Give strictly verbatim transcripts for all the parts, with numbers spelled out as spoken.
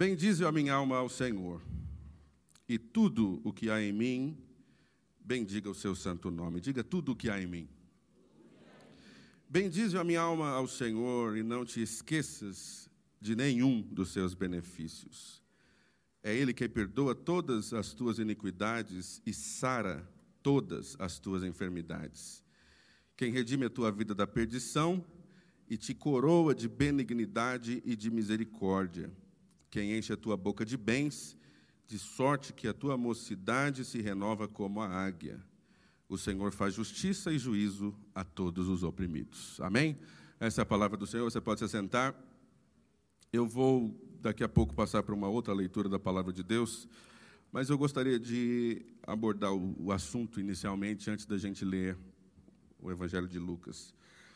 Bendize a minha alma ao Senhor, e tudo o que há em mim, bendiga o seu santo nome. Diga tudo o que há em mim. Bendize a minha alma ao Senhor, e não te esqueças de nenhum dos seus benefícios. É Ele que perdoa todas as tuas iniquidades e sara todas as tuas enfermidades. Quem redime a tua vida da perdição e te coroa de benignidade e de misericórdia. Quem enche a tua boca de bens, de sorte que a tua mocidade se renova como a águia. O Senhor faz justiça e juízo a todos os oprimidos. Amém? Essa é a palavra do Senhor, você pode se assentar. Eu vou, daqui a pouco, passar para uma outra leitura da palavra de Deus, mas eu gostaria de abordar o, o assunto inicialmente, antes da gente ler o Evangelho de Lucas.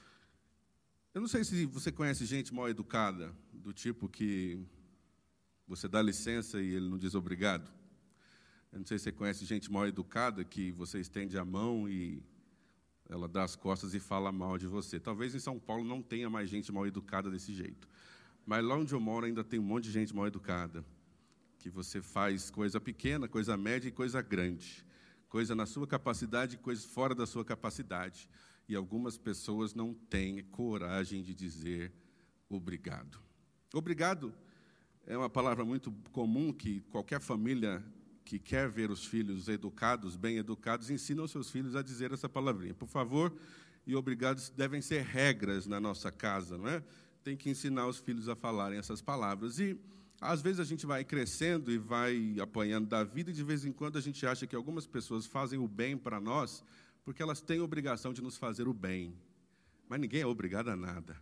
Eu não sei se você conhece gente mal educada, do tipo que você dá licença e ele não diz obrigado. Eu não sei se você conhece gente mal educada, que você estende a mão e ela dá as costas e fala mal de você. Talvez em São Paulo não tenha mais gente mal educada desse jeito. Mas lá onde eu moro ainda tem um monte de gente mal educada, que você faz coisa pequena, coisa média e coisa grande. Coisa na sua capacidade e coisa fora da sua capacidade. E algumas pessoas não têm coragem de dizer obrigado. Obrigado é uma palavra muito comum que qualquer família que quer ver os filhos educados, bem educados, ensina os seus filhos a dizer essa palavrinha. Por favor, e obrigados devem ser regras na nossa casa, não é? Tem que ensinar os filhos a falarem essas palavras. E, às vezes, a gente vai crescendo e vai apanhando da vida, e, de vez em quando, a gente acha que algumas pessoas fazem o bem para nós porque elas têm a obrigação de nos fazer o bem. Mas ninguém é obrigado a nada.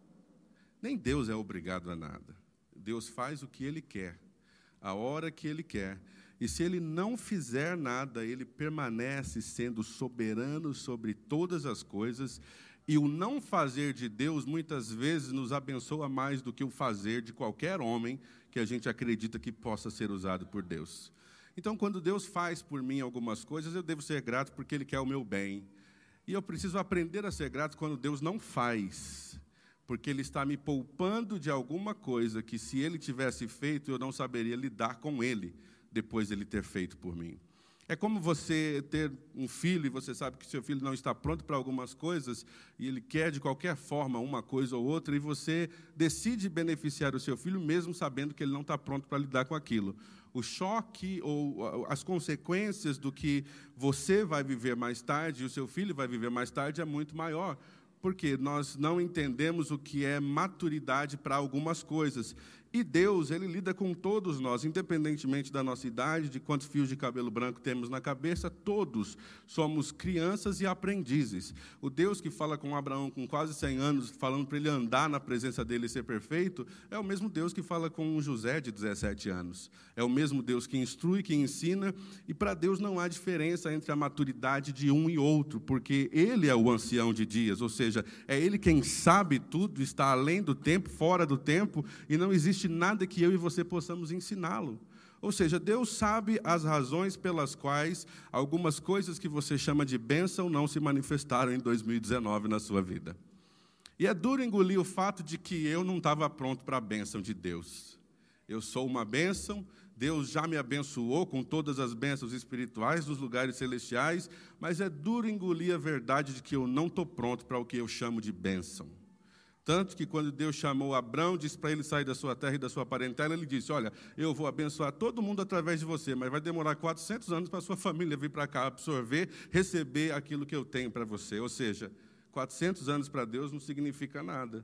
Nem Deus é obrigado a nada. Deus faz o que Ele quer, a hora que Ele quer. E se Ele não fizer nada, Ele permanece sendo soberano sobre todas as coisas. E o não fazer de Deus, muitas vezes, nos abençoa mais do que o fazer de qualquer homem que a gente acredita que possa ser usado por Deus. Então, quando Deus faz por mim algumas coisas, eu devo ser grato porque Ele quer o meu bem. E eu preciso aprender a ser grato quando Deus não faz, porque Ele está me poupando de alguma coisa que, se Ele tivesse feito, eu não saberia lidar com Ele, depois de Ele ter feito por mim. É como você ter um filho e você sabe que seu filho não está pronto para algumas coisas e ele quer, de qualquer forma, uma coisa ou outra, e você decide beneficiar o seu filho mesmo sabendo que ele não está pronto para lidar com aquilo. O choque ou as consequências do que você vai viver mais tarde e o seu filho vai viver mais tarde é muito maior, porque nós não entendemos o que é maturidade para algumas coisas. E Deus, Ele lida com todos nós, independentemente da nossa idade, de quantos fios de cabelo branco temos na cabeça, todos somos crianças e aprendizes. O Deus que fala com Abraão com quase cem anos, falando para ele andar na presença dele e ser perfeito, é o mesmo Deus que fala com José de dezessete anos. É o mesmo Deus que instrui, que ensina, e para Deus não há diferença entre a maturidade de um e outro, porque Ele é o ancião de dias, ou seja, é Ele quem sabe tudo, está além do tempo, fora do tempo, e não existe nada que eu e você possamos ensiná-lo. Ou seja, Deus sabe as razões pelas quais algumas coisas que você chama de bênção não se manifestaram em dois mil e dezenove na sua vida. E é duro engolir o fato de que eu não estava pronto para a bênção de Deus. Eu sou uma bênção, Deus já me abençoou com todas as bênçãos espirituais dos lugares celestiais, mas é duro engolir a verdade de que eu não estou pronto para o que eu chamo de bênção. Tanto que quando Deus chamou Abrão, disse para ele sair da sua terra e da sua parentela, ele disse, olha, eu vou abençoar todo mundo através de você, mas vai demorar quatrocentos anos para a sua família vir para cá absorver, receber aquilo que eu tenho para você. Ou seja, quatrocentos anos para Deus não significa nada.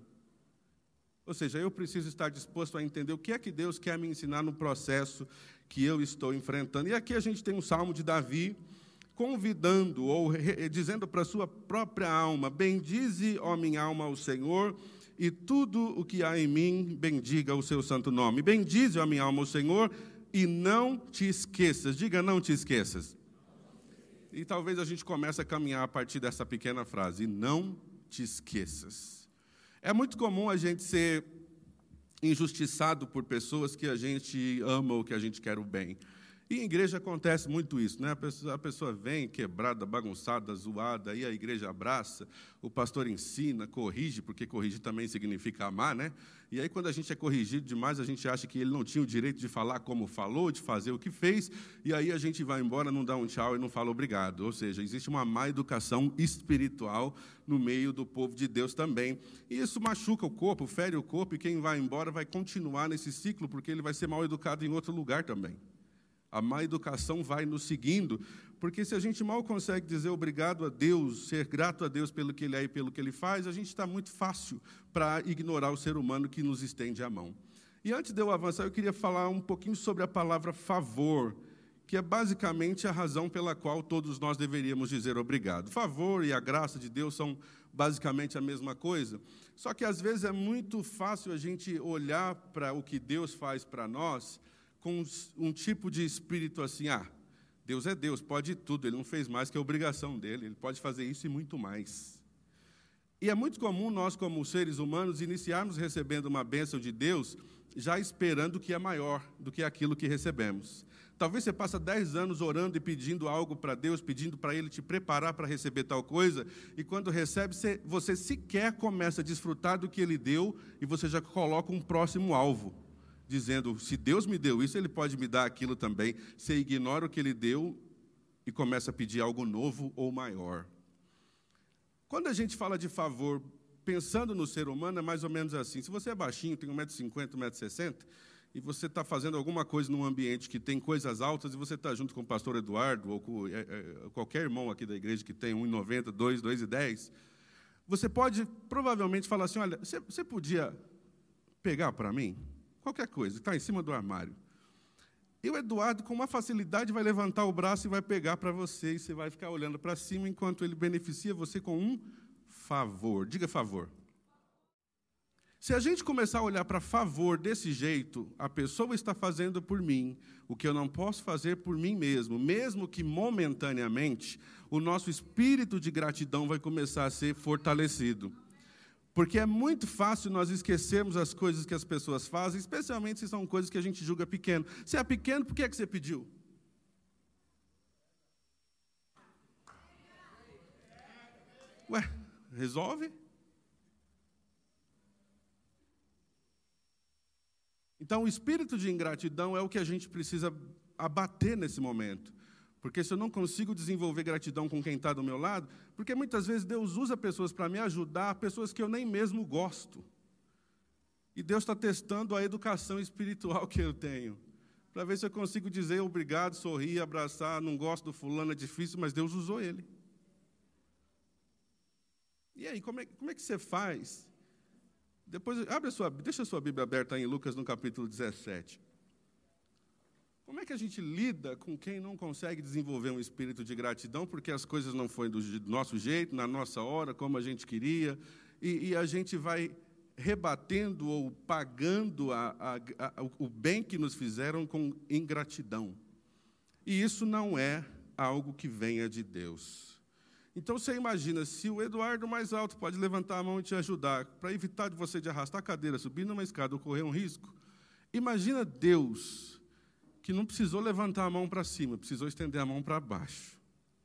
Ou seja, eu preciso estar disposto a entender o que é que Deus quer me ensinar no processo que eu estou enfrentando. E aqui a gente tem um salmo de Davi, convidando ou re, dizendo para a sua própria alma, bendize, ó minha alma, ao Senhor, e tudo o que há em mim, bendiga o seu santo nome. Bendize, ó minha alma, ao Senhor, e não te esqueças. Diga, não te esqueças. E talvez a gente comece a caminhar a partir dessa pequena frase, não te esqueças. É muito comum a gente ser injustiçado por pessoas que a gente ama ou que a gente quer o bem. E em igreja acontece muito isso, né? A pessoa, a pessoa vem quebrada, bagunçada, zoada, aí a igreja abraça, o pastor ensina, corrige, porque corrigir também significa amar, né? E aí, quando a gente é corrigido demais, a gente acha que ele não tinha o direito de falar como falou, de fazer o que fez, e aí a gente vai embora, não dá um tchau e não fala obrigado. Ou seja, existe uma má educação espiritual no meio do povo de Deus também. E isso machuca o corpo, fere o corpo, e quem vai embora vai continuar nesse ciclo, porque ele vai ser mal educado em outro lugar também. A má educação vai nos seguindo, porque se a gente mal consegue dizer obrigado a Deus, ser grato a Deus pelo que Ele é e pelo que Ele faz, a gente está muito fácil para ignorar o ser humano que nos estende a mão. E antes de eu avançar, eu queria falar um pouquinho sobre a palavra favor, que é basicamente a razão pela qual todos nós deveríamos dizer obrigado. Favor e a graça de Deus são basicamente a mesma coisa, só que às vezes é muito fácil a gente olhar para o que Deus faz para nós com um tipo de espírito assim, ah, Deus é Deus, pode tudo, Ele não fez mais que a obrigação dEle, Ele pode fazer isso e muito mais. E é muito comum nós, como seres humanos, iniciarmos recebendo uma bênção de Deus, já esperando que é maior do que aquilo que recebemos. Talvez você passe dez anos orando e pedindo algo para Deus, pedindo para Ele te preparar para receber tal coisa, e quando recebe, você, você sequer começa a desfrutar do que Ele deu, e você já coloca um próximo alvo, dizendo, se Deus me deu isso, Ele pode me dar aquilo também. Você ignora o que Ele deu e começa a pedir algo novo ou maior. Quando a gente fala de favor, pensando no ser humano, é mais ou menos assim. Se você é baixinho, tem um metro e cinquenta, um metro e sessenta, e você está fazendo alguma coisa num ambiente que tem coisas altas, e você está junto com o pastor Eduardo, ou com é, é, qualquer irmão aqui da igreja que tem um metro e noventa, dois, dois e dez, você pode provavelmente falar assim, olha, você, você podia pegar para mim? Qualquer coisa, está em cima do armário. E o Eduardo, com uma facilidade, vai levantar o braço e vai pegar para você, e você vai ficar olhando para cima, enquanto ele beneficia você com um favor. Diga favor. Se a gente começar a olhar para favor desse jeito, a pessoa está fazendo por mim o que eu não posso fazer por mim mesmo, mesmo que momentaneamente, o nosso espírito de gratidão vai começar a ser fortalecido. Porque é muito fácil nós esquecermos as coisas que as pessoas fazem, especialmente se são coisas que a gente julga pequeno. Se é pequeno, por que é que você pediu? Ué, resolve? Então, o espírito de ingratidão é o que a gente precisa abater nesse momento. Porque se eu não consigo desenvolver gratidão com quem está do meu lado, porque muitas vezes Deus usa pessoas para me ajudar, pessoas que eu nem mesmo gosto. E Deus está testando a educação espiritual que eu tenho, para ver se eu consigo dizer obrigado, sorrir, abraçar, não gosto do fulano, é difícil, mas Deus usou ele. E aí, como é, como é que você faz? Depois, abre a sua, deixa a sua Bíblia aberta aí em Lucas, no capítulo dezessete. Como é que a gente lida com quem não consegue desenvolver um espírito de gratidão, porque as coisas não foram do nosso jeito, na nossa hora, como a gente queria, e, e a gente vai rebatendo ou pagando a, a, a, o bem que nos fizeram com ingratidão. E isso não é algo que venha de Deus. Então, você imagina, se o Eduardo mais alto pode levantar a mão e te ajudar, para evitar de você de arrastar a cadeira, subir numa escada ou correr um risco, imagina Deus, que não precisou levantar a mão para cima, precisou estender a mão para baixo.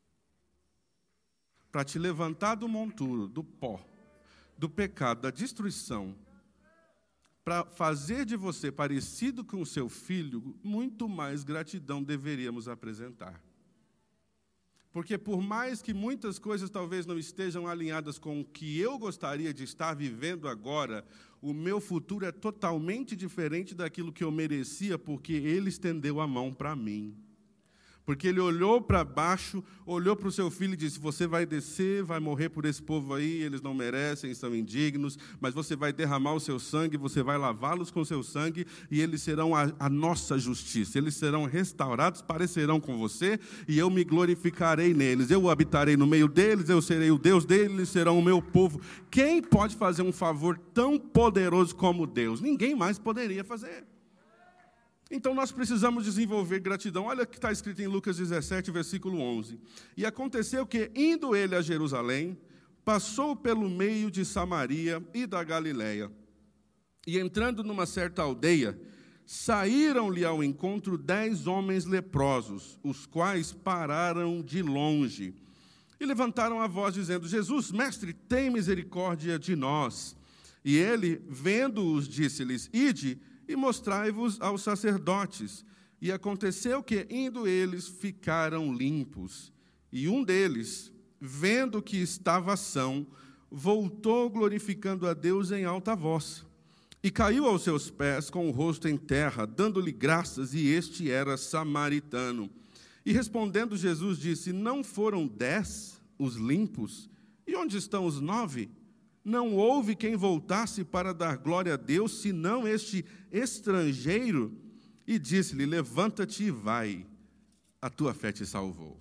Para te levantar do monturo, do pó, do pecado, da destruição, para fazer de você parecido com o seu filho, muito mais gratidão deveríamos apresentar. Porque por mais que muitas coisas talvez não estejam alinhadas com o que eu gostaria de estar vivendo agora, o meu futuro é totalmente diferente daquilo que eu merecia, porque Ele estendeu a mão para mim. Porque Ele olhou para baixo, olhou para o seu filho e disse, você vai descer, vai morrer por esse povo aí, eles não merecem, são indignos, mas você vai derramar o seu sangue, você vai lavá-los com o seu sangue, e eles serão a, a nossa justiça, eles serão restaurados, parecerão com você, e eu me glorificarei neles, eu habitarei no meio deles, eu serei o Deus deles, eles serão o meu povo. Quem pode fazer um favor tão poderoso como Deus? Ninguém mais poderia fazer. Então, nós precisamos desenvolver gratidão. Olha o que está escrito em Lucas dezessete, versículo onze. E aconteceu que, indo ele a Jerusalém, passou pelo meio de Samaria e da Galiléia. E entrando numa certa aldeia, saíram-lhe ao encontro dez homens leprosos, os quais pararam de longe e levantaram a voz, dizendo: Jesus, mestre, tem misericórdia de nós. E ele, vendo-os, disse-lhes: Ide e mostrai-vos aos sacerdotes. E aconteceu que, indo eles, ficaram limpos. E um deles, vendo que estava são, voltou glorificando a Deus em alta voz. E caiu aos seus pés com o rosto em terra, dando-lhe graças, e este era samaritano. E respondendo Jesus disse: Não foram dez os limpos? E onde estão os nove? Não houve quem voltasse para dar glória a Deus, senão este estrangeiro? E disse-lhe: Levanta-te e vai, a tua fé te salvou.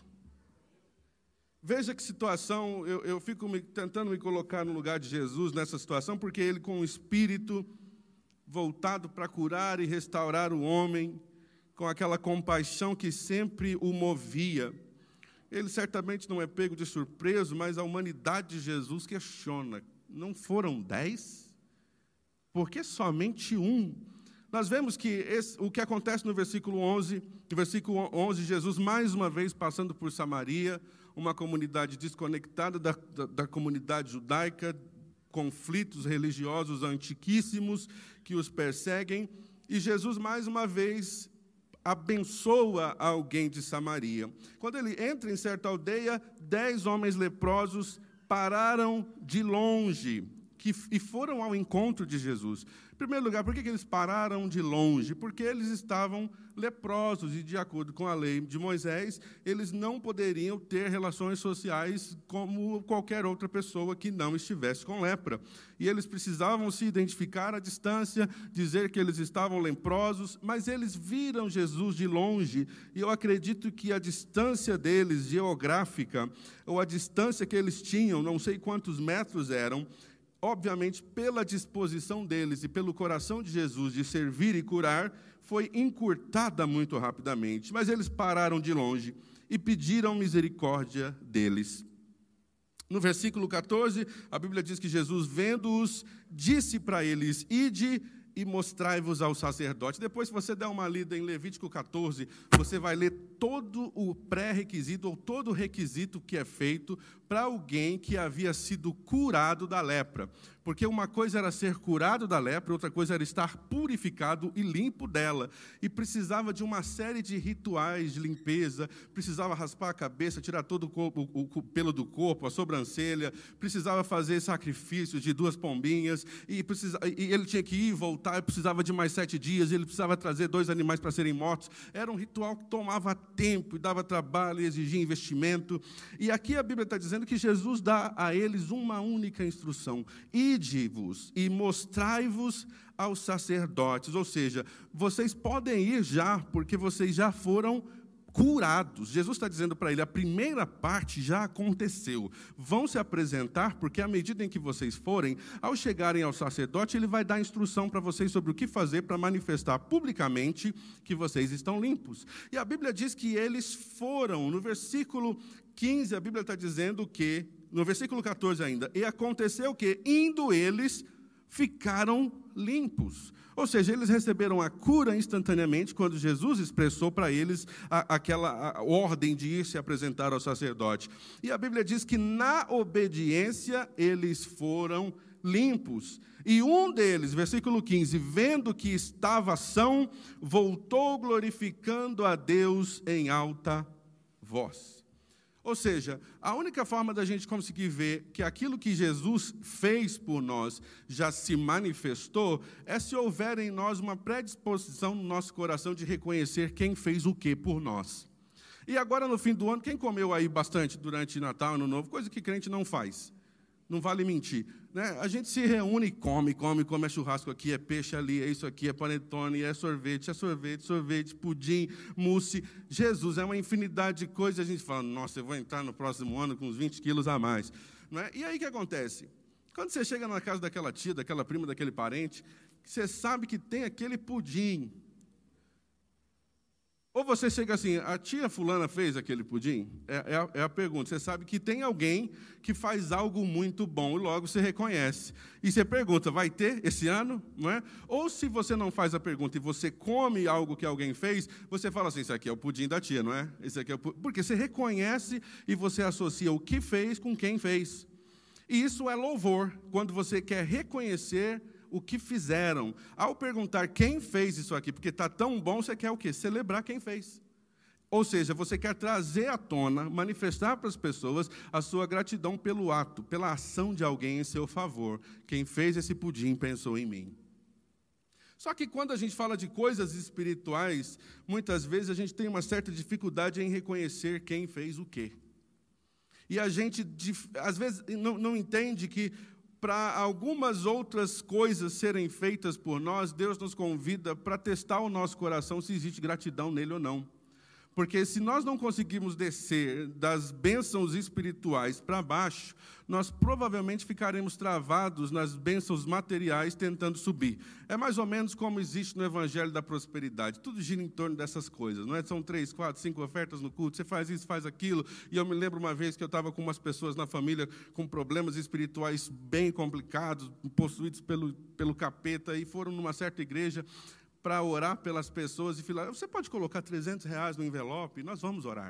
Veja que situação, eu, eu fico me, tentando me colocar no lugar de Jesus nessa situação, porque ele, com o espírito voltado para curar e restaurar o homem, com aquela compaixão que sempre o movia, ele certamente não é pego de surpresa, mas a humanidade de Jesus questiona: não foram dez? Por que somente um? Nós vemos que esse, o que acontece no versículo onze, no versículo onze, Jesus mais uma vez passando por Samaria, uma comunidade desconectada da, da, da comunidade judaica, conflitos religiosos antiquíssimos que os perseguem, e Jesus mais uma vez abençoa alguém de Samaria. Quando ele entra em certa aldeia, dez homens leprosos pararam de longe que, e foram ao encontro de Jesus. Em primeiro lugar, por que, que eles pararam de longe? Porque eles estavam leprosos e, de acordo com a lei de Moisés, eles não poderiam ter relações sociais como qualquer outra pessoa que não estivesse com lepra. E eles precisavam se identificar à distância, dizer que eles estavam leprosos, mas eles viram Jesus de longe, e eu acredito que a distância deles, geográfica, ou a distância que eles tinham, não sei quantos metros eram, obviamente, pela disposição deles e pelo coração de Jesus de servir e curar, foi encurtada muito rapidamente. Mas eles pararam de longe e pediram misericórdia deles. No versículo catorze, a Bíblia diz que Jesus, vendo-os, disse para eles: Ide e mostrai-vos ao sacerdote. Depois, se você der uma lida em Levítico catorze, você vai ler todo o pré-requisito, ou todo o requisito que é feito para alguém que havia sido curado da lepra. Porque uma coisa era ser curado da lepra, outra coisa era estar purificado e limpo dela. E precisava de uma série de rituais de limpeza, precisava raspar a cabeça, tirar todo o, corpo, o, o pelo do corpo, a sobrancelha, precisava fazer sacrifícios de duas pombinhas, e, precisa, e ele tinha que ir e voltar, precisava de mais sete dias, ele precisava trazer dois animais para serem mortos. Era um ritual que tomava tempo, e dava trabalho, e exigia investimento. E aqui a Bíblia está dizendo que Jesus dá a eles uma única instrução: ide-vos e mostrai-vos aos sacerdotes. Ou seja, vocês podem ir já, porque vocês já foram curados. Jesus está dizendo para ele: a primeira parte já aconteceu. Vão se apresentar, porque à medida em que vocês forem, ao chegarem ao sacerdote, ele vai dar instrução para vocês sobre o que fazer para manifestar publicamente que vocês estão limpos. E a Bíblia diz que eles foram. No versículo quinze, a Bíblia está dizendo que, no versículo catorze ainda, e aconteceu que, indo eles, ficaram limpos. Ou seja, eles receberam a cura instantaneamente quando Jesus expressou para eles a, aquela a ordem de ir se apresentar ao sacerdote. E a Bíblia diz que, na obediência, eles foram limpos. E um deles, versículo quinze, vendo que estava são, voltou glorificando a Deus em alta voz. Ou seja, a única forma da gente conseguir ver que aquilo que Jesus fez por nós já se manifestou é se houver em nós uma predisposição no nosso coração de reconhecer quem fez o que por nós. E agora, no fim do ano, quem comeu aí bastante durante Natal, Ano Novo, coisa que crente não faz, não vale mentir, né? A gente se reúne e come, come, come, é churrasco aqui, é peixe ali, é isso aqui, é panetone, é sorvete, é sorvete, sorvete, pudim, mousse. Jesus, é uma infinidade de coisas. A gente fala: nossa, eu vou entrar no próximo ano com uns vinte quilos a mais. Não é? E aí o que acontece? Quando você chega na casa daquela tia, daquela prima, daquele parente, você sabe que tem aquele pudim, Ou você chega assim, a tia fulana fez aquele pudim? É, é, a, é a pergunta. Você sabe que tem alguém que faz algo muito bom e logo você reconhece. E você pergunta, vai ter esse ano? Não é? Ou se você não faz a pergunta e você come algo que alguém fez, você fala assim, isso aqui é o pudim da tia, não é? Esse aqui é o pudim. Porque você reconhece e você associa o que fez com quem fez. E isso é louvor, quando você quer reconhecer o que fizeram. Ao perguntar quem fez isso aqui, porque está tão bom, você quer o quê? Celebrar quem fez. Ou seja, você quer trazer à tona, manifestar para as pessoas a sua gratidão pelo ato, pela ação de alguém em seu favor. Quem fez esse pudim pensou em mim. Só que quando a gente fala de coisas espirituais, muitas vezes a gente tem uma certa dificuldade em reconhecer quem fez o quê. E a gente, às vezes, não, não entende que para algumas outras coisas serem feitas por nós, Deus nos convida para testar o nosso coração se existe gratidão nele ou não. Porque se nós não conseguirmos descer das bênçãos espirituais para baixo, nós provavelmente ficaremos travados nas bênçãos materiais tentando subir. É mais ou menos como existe no Evangelho da Prosperidade. Tudo gira em torno dessas coisas, não é? São três, quatro, cinco ofertas no culto, você faz isso, faz aquilo. E eu me lembro uma vez que eu estava com umas pessoas na família com problemas espirituais bem complicados, possuídos pelo, pelo capeta, e foram numa certa igreja para orar pelas pessoas e falar, você pode colocar trezentos reais no envelope, nós vamos orar.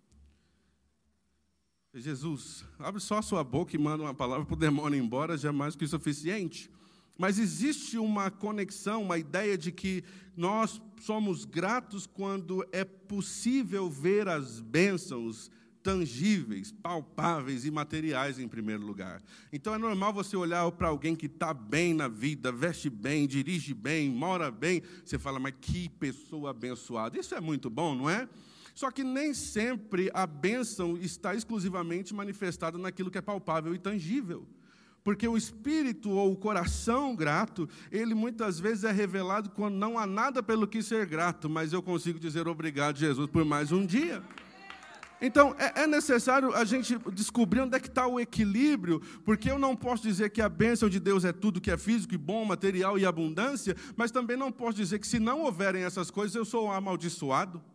Jesus, abre só a sua boca e manda uma palavra para o demônio ir embora, já é mais que o suficiente. Mas existe uma conexão, uma ideia de que nós somos gratos quando é possível ver as bênçãos tangíveis, palpáveis e materiais em primeiro lugar. Então é normal você olhar para alguém que está bem na vida, veste bem, dirige bem, mora bem, você fala, mas que pessoa abençoada. Isso é muito bom, não é? Só que nem sempre a bênção está exclusivamente manifestada naquilo que é palpável e tangível. Porque o espírito ou o coração grato, ele muitas vezes é revelado quando não há nada pelo que ser grato, mas eu consigo dizer obrigado, Jesus, por mais um dia. Então, é necessário a gente descobrir onde é que está o equilíbrio, porque eu não posso dizer que a bênção de Deus é tudo que é físico e bom, material e abundância, mas também não posso dizer que se não houverem essas coisas, eu sou um amaldiçoado.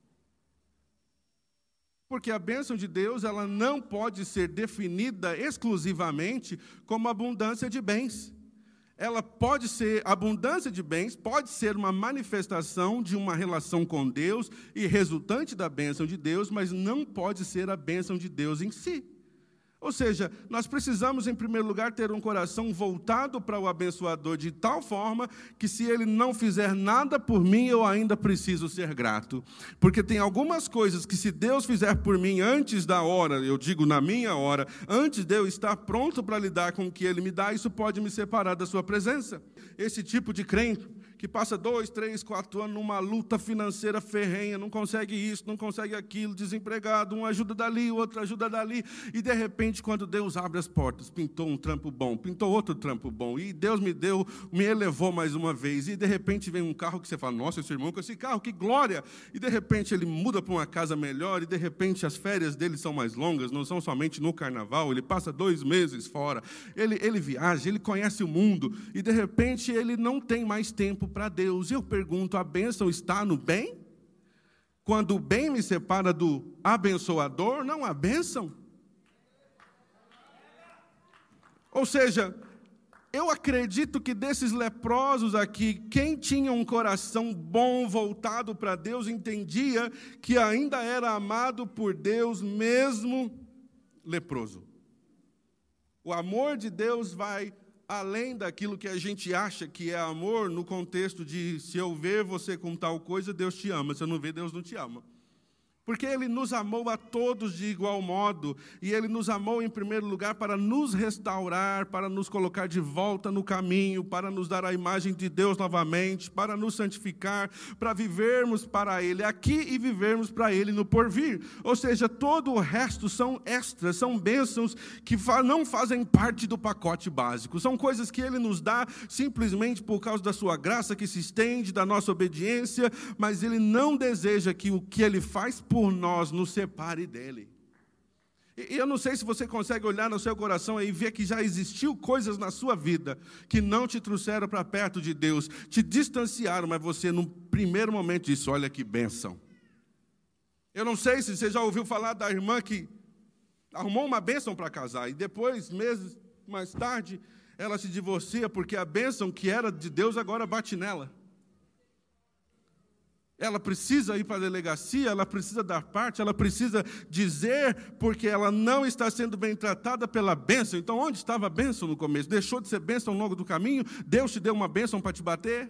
Porque a bênção de Deus, ela não pode ser definida exclusivamente como abundância de bens. Ela pode ser, abundância de bens, pode ser uma manifestação de uma relação com Deus e resultante da bênção de Deus, mas não pode ser a bênção de Deus em si. Ou seja, nós precisamos, em primeiro lugar, ter um coração voltado para o abençoador de tal forma que, se ele não fizer nada por mim, eu ainda preciso ser grato. Porque tem algumas coisas que, se Deus fizer por mim antes da hora, eu digo na minha hora, antes de eu estar pronto para lidar com o que ele me dá, isso pode me separar da sua presença. Esse tipo de crente que passa dois, três, quatro anos numa luta financeira ferrenha, não consegue isso, não consegue aquilo, desempregado, um ajuda dali, outro ajuda dali, e de repente, quando Deus abre as portas, pintou um trampo bom, pintou outro trampo bom, e Deus me deu, me elevou mais uma vez, e de repente vem um carro que você fala, nossa, esse irmão com esse carro, que glória! E de repente ele muda para uma casa melhor, e de repente as férias dele são mais longas, não são somente no carnaval, ele passa dois meses fora, ele, ele viaja, ele conhece o mundo, e de repente ele não tem mais tempo para Deus. Eu pergunto, a bênção está no bem? Quando o bem me separa do abençoador, não há bênção? Ou seja, eu acredito que desses leprosos aqui, quem tinha um coração bom, voltado para Deus, entendia que ainda era amado por Deus, mesmo leproso. O amor de Deus vai além daquilo que a gente acha que é amor, no contexto de, se eu ver você com tal coisa, Deus te ama. Se eu não ver, Deus não te ama. Porque Ele nos amou a todos de igual modo, e Ele nos amou em primeiro lugar para nos restaurar, para nos colocar de volta no caminho, para nos dar a imagem de Deus novamente, para nos santificar, para vivermos para Ele aqui e vivermos para Ele no porvir. Ou seja, todo o resto são extras, são bênçãos que não fazem parte do pacote básico. São coisas que Ele nos dá simplesmente por causa da sua graça que se estende, da nossa obediência, mas Ele não deseja que o que Ele faz por por nós nos separe dele. E eu não sei se você consegue olhar no seu coração e ver que já existiu coisas na sua vida que não te trouxeram para perto de Deus, te distanciaram, mas você, no primeiro momento, disse, olha que bênção. Eu não sei se você já ouviu falar da irmã que arrumou uma bênção para casar, e depois, meses mais tarde, ela se divorcia, porque a bênção que era de Deus agora bate nela. Ela precisa ir para a delegacia, ela precisa dar parte, ela precisa dizer, porque ela não está sendo bem tratada pela bênção. Então, onde estava a bênção no começo? Deixou de ser bênção ao longo do caminho? Deus te deu uma bênção para te bater?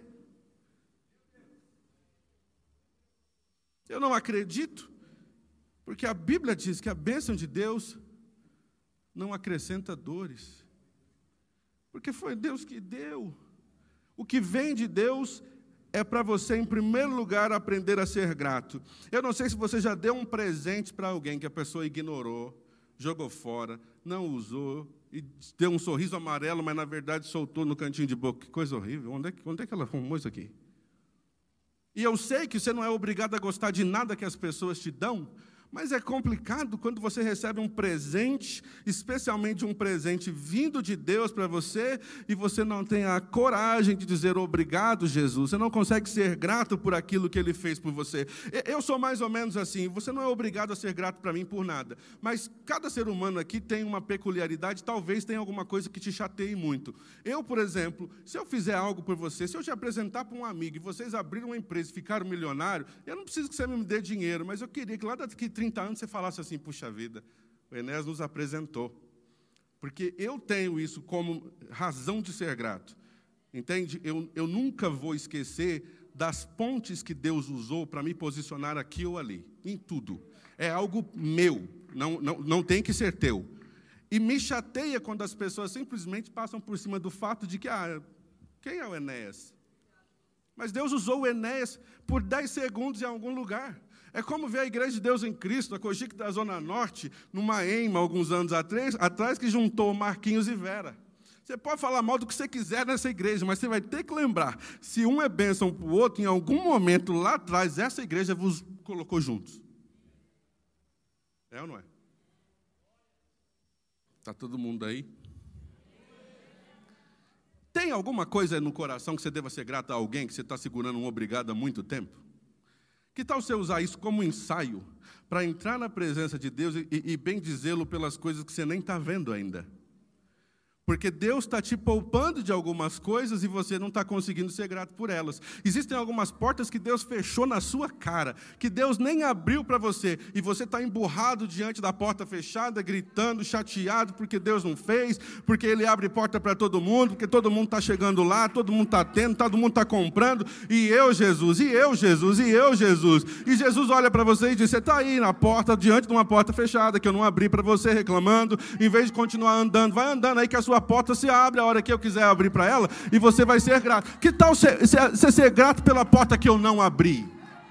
Eu não acredito, porque a Bíblia diz que a bênção de Deus não acrescenta dores. Porque foi Deus que deu. O que vem de Deus é para você, em primeiro lugar, aprender a ser grato. Eu não sei se você já deu um presente para alguém que a pessoa ignorou, jogou fora, não usou, e deu um sorriso amarelo, mas, na verdade, soltou no cantinho de boca. Que coisa horrível. Onde é que, onde é que ela arrumou isso aqui? E eu sei que você não é obrigado a gostar de nada que as pessoas te dão, mas é complicado quando você recebe um presente, especialmente um presente vindo de Deus para você, e você não tem a coragem de dizer obrigado, Jesus. Você não consegue ser grato por aquilo que Ele fez por você. Eu sou mais ou menos assim, você não é obrigado a ser grato para mim por nada, mas cada ser humano aqui tem uma peculiaridade, talvez tenha alguma coisa que te chateie muito. Eu, por exemplo, se eu fizer algo por você, se eu te apresentar para um amigo, e vocês abriram uma empresa e ficaram milionários, eu não preciso que você me dê dinheiro, mas eu queria que lá daqui trinta anos você falasse assim, puxa vida, o Enéas nos apresentou. Porque eu tenho isso como razão de ser grato. Entende? Eu, eu nunca vou esquecer das pontes que Deus usou para me posicionar aqui ou ali, em tudo. É algo meu, não, não, não tem que ser teu. E me chateia quando as pessoas simplesmente passam por cima do fato de que, ah, quem é o Enéas? Mas Deus usou o Enéas por dez segundos em algum lugar. É como ver a Igreja de Deus em Cristo, a Cogic da Zona Norte, numa EIMA, alguns anos atrás, atrás, que juntou Marquinhos e Vera. Você pode falar mal do que você quiser nessa igreja, mas você vai ter que lembrar, se um é bênção para o outro, em algum momento lá atrás, essa igreja vos colocou juntos. É ou não é? Está todo mundo aí? Tem alguma coisa no coração que você deva ser grato a alguém que você está segurando um obrigado há muito tempo? Que tal você usar isso como ensaio para entrar na presença de Deus e, e bem dizê-lo pelas coisas que você nem está vendo ainda? Porque Deus está te poupando de algumas coisas e você não está conseguindo ser grato por elas. Existem algumas portas que Deus fechou na sua cara, que Deus nem abriu para você, e você está emburrado diante da porta fechada, gritando, chateado, porque Deus não fez, porque Ele abre porta para todo mundo, porque todo mundo está chegando lá, todo mundo está tendo, todo mundo está comprando, e eu, Jesus, e eu, Jesus, e eu, Jesus. E Jesus olha para você e diz, você está aí na porta, diante de uma porta fechada, que eu não abri para você, reclamando, em vez de continuar andando, vai andando aí que a sua A porta se abre a hora que eu quiser abrir para ela, e você vai ser grato. Que tal você, você ser grato pela porta que eu não abri?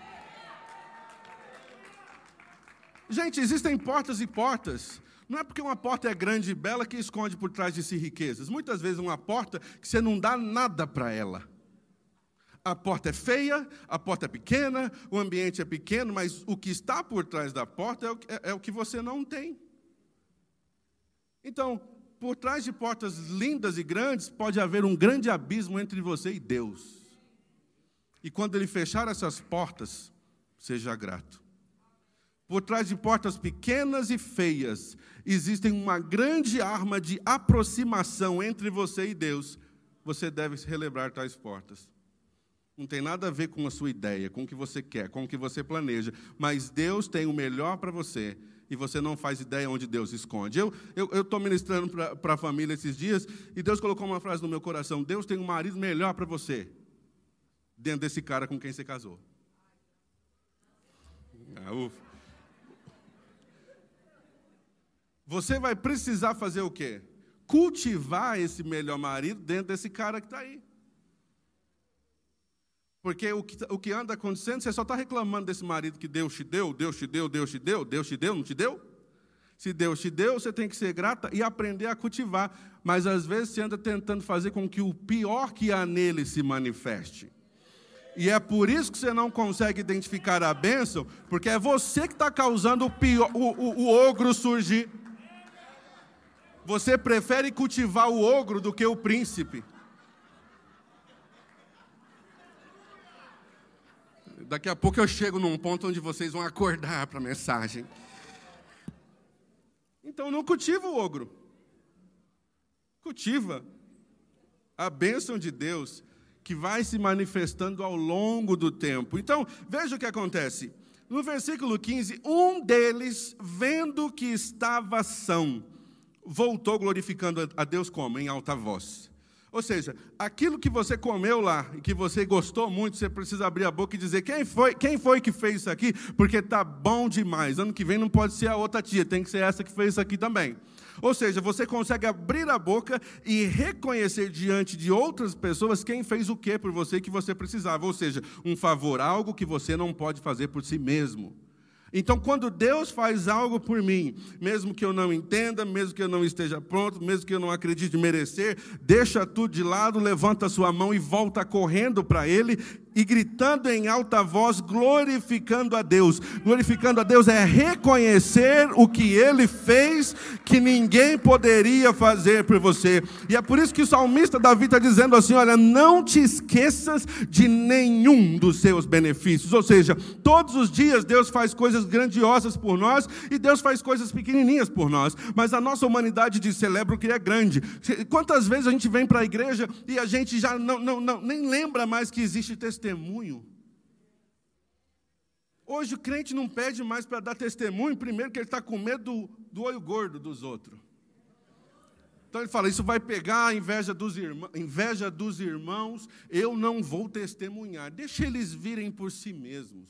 Gente, existem portas e portas. Não é porque uma porta é grande e bela que esconde por trás de si riquezas. Muitas vezes uma porta que você não dá nada para ela. A porta é feia, a porta é pequena, o ambiente é pequeno, mas o que está por trás da porta é o, é, é o que você não tem. Então, por trás de portas lindas e grandes, pode haver um grande abismo entre você e Deus. E quando Ele fechar essas portas, seja grato. Por trás de portas pequenas e feias, existe uma grande arma de aproximação entre você e Deus. Você deve relembrar tais portas. Não tem nada a ver com a sua ideia, com o que você quer, com o que você planeja, mas Deus tem o melhor para você. E você não faz ideia onde Deus esconde. Eu estou ministrando para a família esses dias, e Deus colocou uma frase no meu coração: Deus tem um marido melhor para você, dentro desse cara com quem você casou. Ah, ufa. Você vai precisar fazer o quê? Cultivar esse melhor marido dentro desse cara que está aí. Porque o que, o que anda acontecendo, você só está reclamando desse marido que Deus te deu, Deus te deu, Deus te deu, Deus te deu, não te deu? Se Deus te deu, você tem que ser grata e aprender a cultivar. Mas, às vezes, você anda tentando fazer com que o pior que há nele se manifeste. E é por isso que você não consegue identificar a bênção, porque é você que está causando o, pior, o, o, o ogro surgir. Você prefere cultivar o ogro do que o príncipe. Daqui a pouco eu chego num ponto onde vocês vão acordar para a mensagem. Então não cultiva o ogro. Cultiva a bênção de Deus que vai se manifestando ao longo do tempo. Então, veja o que acontece. No versículo quinze, um deles, vendo que estava são, voltou glorificando a Deus como? Em alta voz. Ou seja, aquilo que você comeu lá e que você gostou muito, você precisa abrir a boca e dizer, quem foi, quem foi que fez isso aqui? Porque está bom demais. Ano que vem não pode ser a outra tia, tem que ser essa que fez isso aqui também. Ou seja, você consegue abrir a boca e reconhecer diante de outras pessoas quem fez o que por você que você precisava. Ou seja, um favor, algo que você não pode fazer por si mesmo. Então, quando Deus faz algo por mim, mesmo que eu não entenda, mesmo que eu não esteja pronto, mesmo que eu não acredite merecer, deixa tudo de lado, levanta a sua mão e volta correndo para Ele, e gritando em alta voz, glorificando a Deus. Glorificando a Deus é reconhecer o que Ele fez, que ninguém poderia fazer por você. E é por isso que o salmista Davi está dizendo assim, olha, não te esqueças de nenhum dos seus benefícios. Ou seja, todos os dias Deus faz coisas grandiosas por nós, e Deus faz coisas pequenininhas por nós. Mas a nossa humanidade diz, celebra o que é grande. Quantas vezes a gente vem para a igreja e a gente já não, não, não, nem lembra mais que existe testemunho? Testemunho. Hoje o crente não pede mais para dar testemunho, primeiro que ele está com medo do, do olho gordo dos outros. Então ele fala, isso vai pegar a inveja dos, irmãos, inveja dos irmãos, eu não vou testemunhar, deixa eles virem por si mesmos.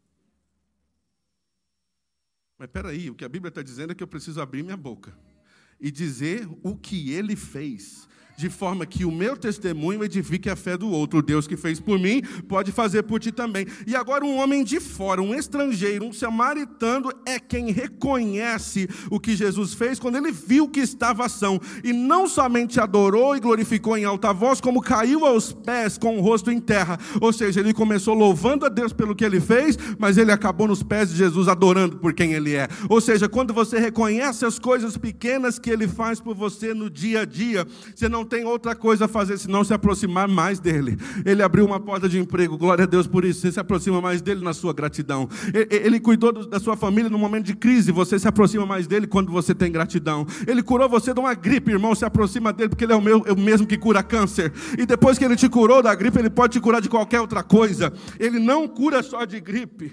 Mas espera aí, o que a Bíblia está dizendo é que eu preciso abrir minha boca e dizer o que ele fez, de forma que o meu testemunho edifique a fé do outro. O Deus que fez por mim, pode fazer por ti também. E agora um homem de fora, um estrangeiro, um samaritano, é quem reconhece o que Jesus fez, quando ele viu que estava são. E não somente adorou e glorificou em alta voz, como caiu aos pés com o rosto em terra. Ou seja, ele começou louvando a Deus pelo que ele fez, mas ele acabou nos pés de Jesus adorando por quem ele é. Ou seja, quando você reconhece as coisas pequenas que ele faz por você no dia a dia, você não tem outra coisa a fazer senão se aproximar mais dele. Ele abriu uma porta de emprego, glória a Deus por isso, você se aproxima mais dele na sua gratidão. Ele cuidou da sua família no momento de crise, você se aproxima mais dele quando você tem gratidão. Ele curou você de uma gripe, irmão, se aproxima dele porque ele é o, meu, é o mesmo que cura câncer. E depois que ele te curou da gripe, ele pode te curar de qualquer outra coisa. Ele não cura só de gripe,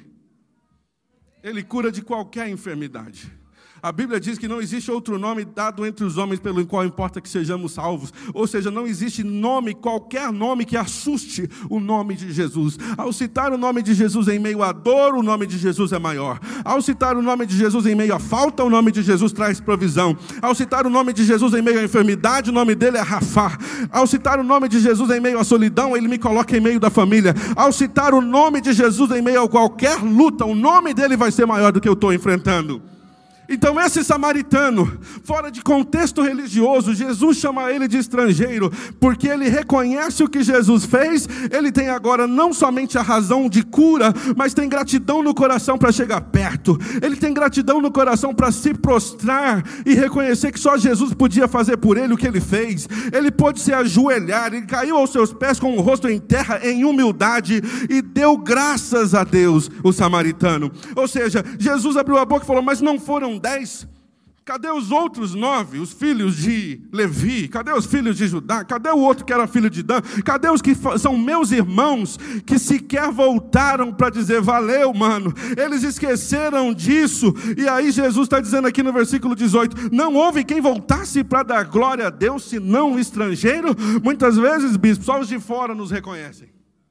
ele cura de qualquer enfermidade. A Bíblia diz que não existe outro nome dado entre os homens pelo qual importa que sejamos salvos. Ou seja, não existe nome, qualquer nome que assuste o nome de Jesus. Ao citar o nome de Jesus em meio à dor, o nome de Jesus é maior. Ao citar o nome de Jesus em meio à falta, o nome de Jesus traz provisão. Ao citar o nome de Jesus em meio à enfermidade, o nome dele é Rafá. Ao citar o nome de Jesus em meio à solidão, ele me coloca em meio da família. Ao citar o nome de Jesus em meio a qualquer luta, o nome dele vai ser maior do que eu estou enfrentando. Então esse samaritano, fora de contexto religioso, Jesus chama ele de estrangeiro, porque ele reconhece o que Jesus fez. Ele tem agora não somente a razão de cura, mas tem gratidão no coração para chegar perto. Ele tem gratidão no coração para se prostrar e reconhecer que só Jesus podia fazer por ele o que ele fez. Ele pôde se ajoelhar, ele caiu aos seus pés com o rosto em terra, em humildade, e deu graças a Deus, o samaritano. Ou seja, Jesus abriu a boca e falou, mas não foram dez? Cadê os outros nove? Os filhos de Levi? Cadê os filhos de Judá? Cadê o outro que era filho de Dan? Cadê os que são meus irmãos, que sequer voltaram para dizer, valeu, mano? Eles esqueceram disso. E aí Jesus está dizendo aqui no versículo dezoito, não houve quem voltasse para dar glória a Deus, senão o estrangeiro? Muitas vezes, bispo, só os de fora nos reconhecem.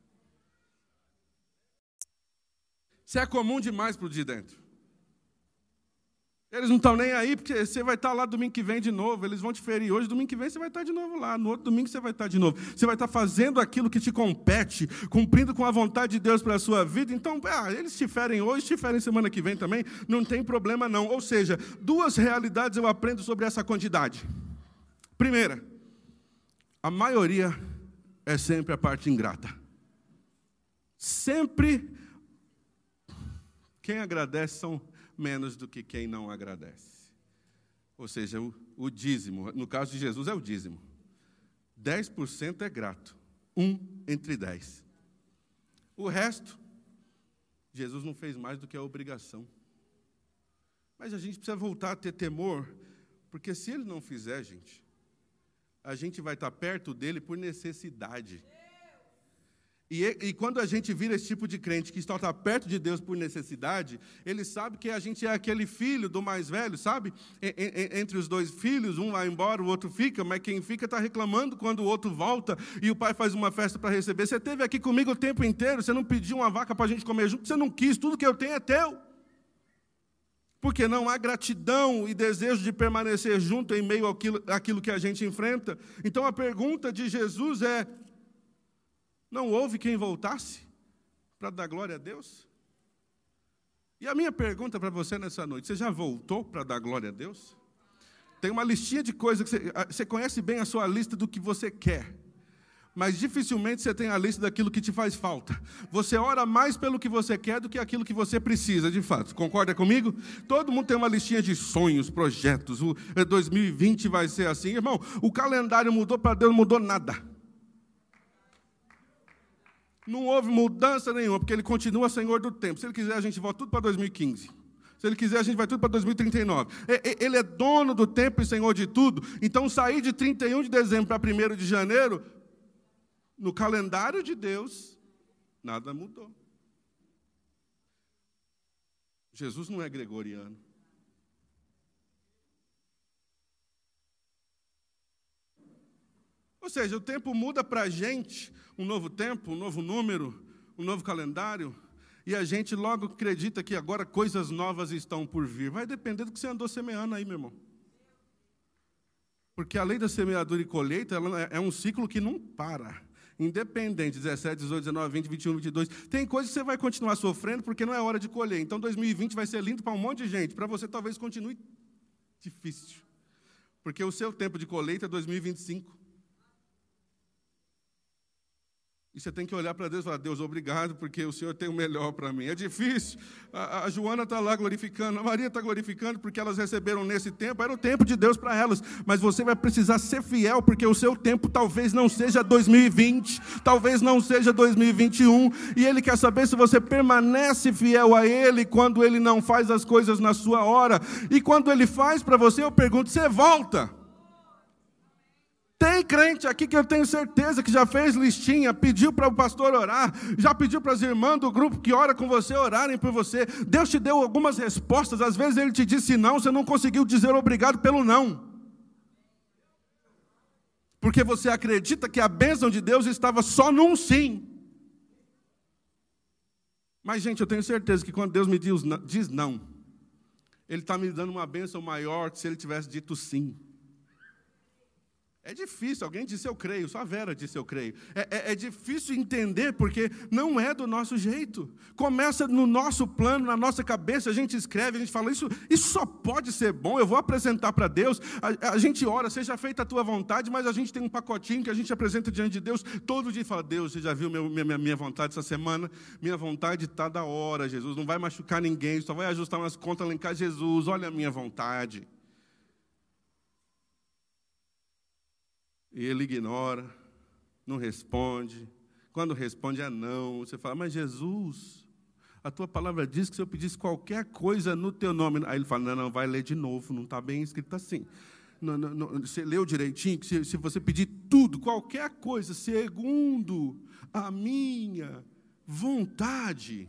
Isso é comum demais para o de dentro. Eles não estão nem aí, porque você vai estar lá domingo que vem de novo, eles vão te ferir hoje, domingo que vem você vai estar de novo lá, no outro domingo você vai estar de novo. Você vai estar fazendo aquilo que te compete, cumprindo com a vontade de Deus para a sua vida. Então, ah, eles te ferem hoje, te ferem semana que vem também, não tem problema não. Ou seja, duas realidades eu aprendo sobre essa quantidade. Primeira, a maioria é sempre a parte ingrata. Sempre quem agradece são menos do que quem não agradece. Ou seja, o, o dízimo, no caso de Jesus é o dízimo. dez por cento é grato, um entre dez. O resto Jesus não fez mais do que a obrigação. Mas a gente precisa voltar a ter temor, porque se ele não fizer, gente, a gente vai estar perto dele por necessidade. E, e quando a gente vira esse tipo de crente que está perto de Deus por necessidade, ele sabe que a gente é aquele filho do mais velho, sabe? Entre os dois filhos, um vai embora, o outro fica, mas quem fica está reclamando quando o outro volta e o pai faz uma festa para receber. Você esteve aqui comigo o tempo inteiro, você não pediu uma vaca para a gente comer junto, você não quis, tudo que eu tenho é teu. Porque não há gratidão e desejo de permanecer junto em meio àquilo, àquilo que a gente enfrenta. Então a pergunta de Jesus é: não houve quem voltasse para dar glória a Deus? E a minha pergunta para você nessa noite: você já voltou para dar glória a Deus? Tem uma listinha de coisas que você, você conhece bem a sua lista do que você quer, mas dificilmente você tem a lista daquilo que te faz falta. Você ora mais pelo que você quer do que aquilo que você precisa, de fato. Concorda comigo? Todo mundo tem uma listinha de sonhos, projetos. O dois mil e vinte vai ser assim. Irmão, o calendário mudou, para Deus não mudou nada. Não houve mudança nenhuma, porque Ele continua Senhor do tempo. Se Ele quiser, a gente volta tudo para dois mil e quinze. Se Ele quiser, a gente vai tudo para dois mil e trinta e nove. Ele é dono do tempo e Senhor de tudo. Então, sair de trinta e um de dezembro para primeiro de janeiro, no calendário de Deus, nada mudou. Jesus não é gregoriano. Ou seja, o tempo muda para a gente, um novo tempo, um novo número, um novo calendário, e a gente logo acredita que agora coisas novas estão por vir. Vai depender do que você andou semeando aí, meu irmão. Porque a lei da semeadura e colheita, ela é um ciclo que não para. Independente, dezessete, dezoito, dezenove, vinte, vinte e um, vinte e dois. Tem coisas que você vai continuar sofrendo porque não é hora de colher. Então, dois mil e vinte vai ser lindo para um monte de gente. Para você, talvez, continue difícil. Porque o seu tempo de colheita é dois mil e vinte e cinco. E você tem que olhar para Deus e falar: Deus, obrigado, porque o Senhor tem o melhor para mim. É difícil. A, a Joana está lá glorificando, a Maria está glorificando, porque elas receberam nesse tempo. Era o tempo de Deus para elas. Mas você vai precisar ser fiel, porque o seu tempo talvez não seja dois mil e vinte, talvez não seja dois mil e vinte e um. E Ele quer saber se você permanece fiel a Ele quando Ele não faz as coisas na sua hora. E quando Ele faz para você, eu pergunto: você volta? Tem crente aqui que eu tenho certeza que já fez listinha, pediu para o pastor orar, já pediu para as irmãs do grupo que ora com você orarem por você. Deus te deu algumas respostas, às vezes Ele te disse não, você não conseguiu dizer obrigado pelo não. Porque você acredita que a bênção de Deus estava só num sim. Mas, gente, eu tenho certeza que quando Deus me diz não, Ele está me dando uma bênção maior que se Ele tivesse dito sim. É difícil, alguém disse eu creio, só a Vera disse eu creio. É, é, é difícil entender porque não é do nosso jeito. Começa no nosso plano, na nossa cabeça, a gente escreve, a gente fala, isso, isso só pode ser bom, eu vou apresentar para Deus. A, a gente ora, seja feita a tua vontade, mas a gente tem um pacotinho que a gente apresenta diante de Deus todo dia e fala: Deus, você já viu meu, minha, minha vontade essa semana? Minha vontade está da hora, Jesus, não vai machucar ninguém, só vai ajustar umas contas lá em casa, Jesus, olha a minha vontade. E Ele ignora, não responde. Quando responde é não. Você fala: mas Jesus, a tua palavra diz que se eu pedisse qualquer coisa no teu nome... Aí Ele fala: não, não, vai ler de novo, não está bem escrito assim. Não, não, não, você leu direitinho, que se, se você pedir tudo, qualquer coisa, segundo a minha vontade.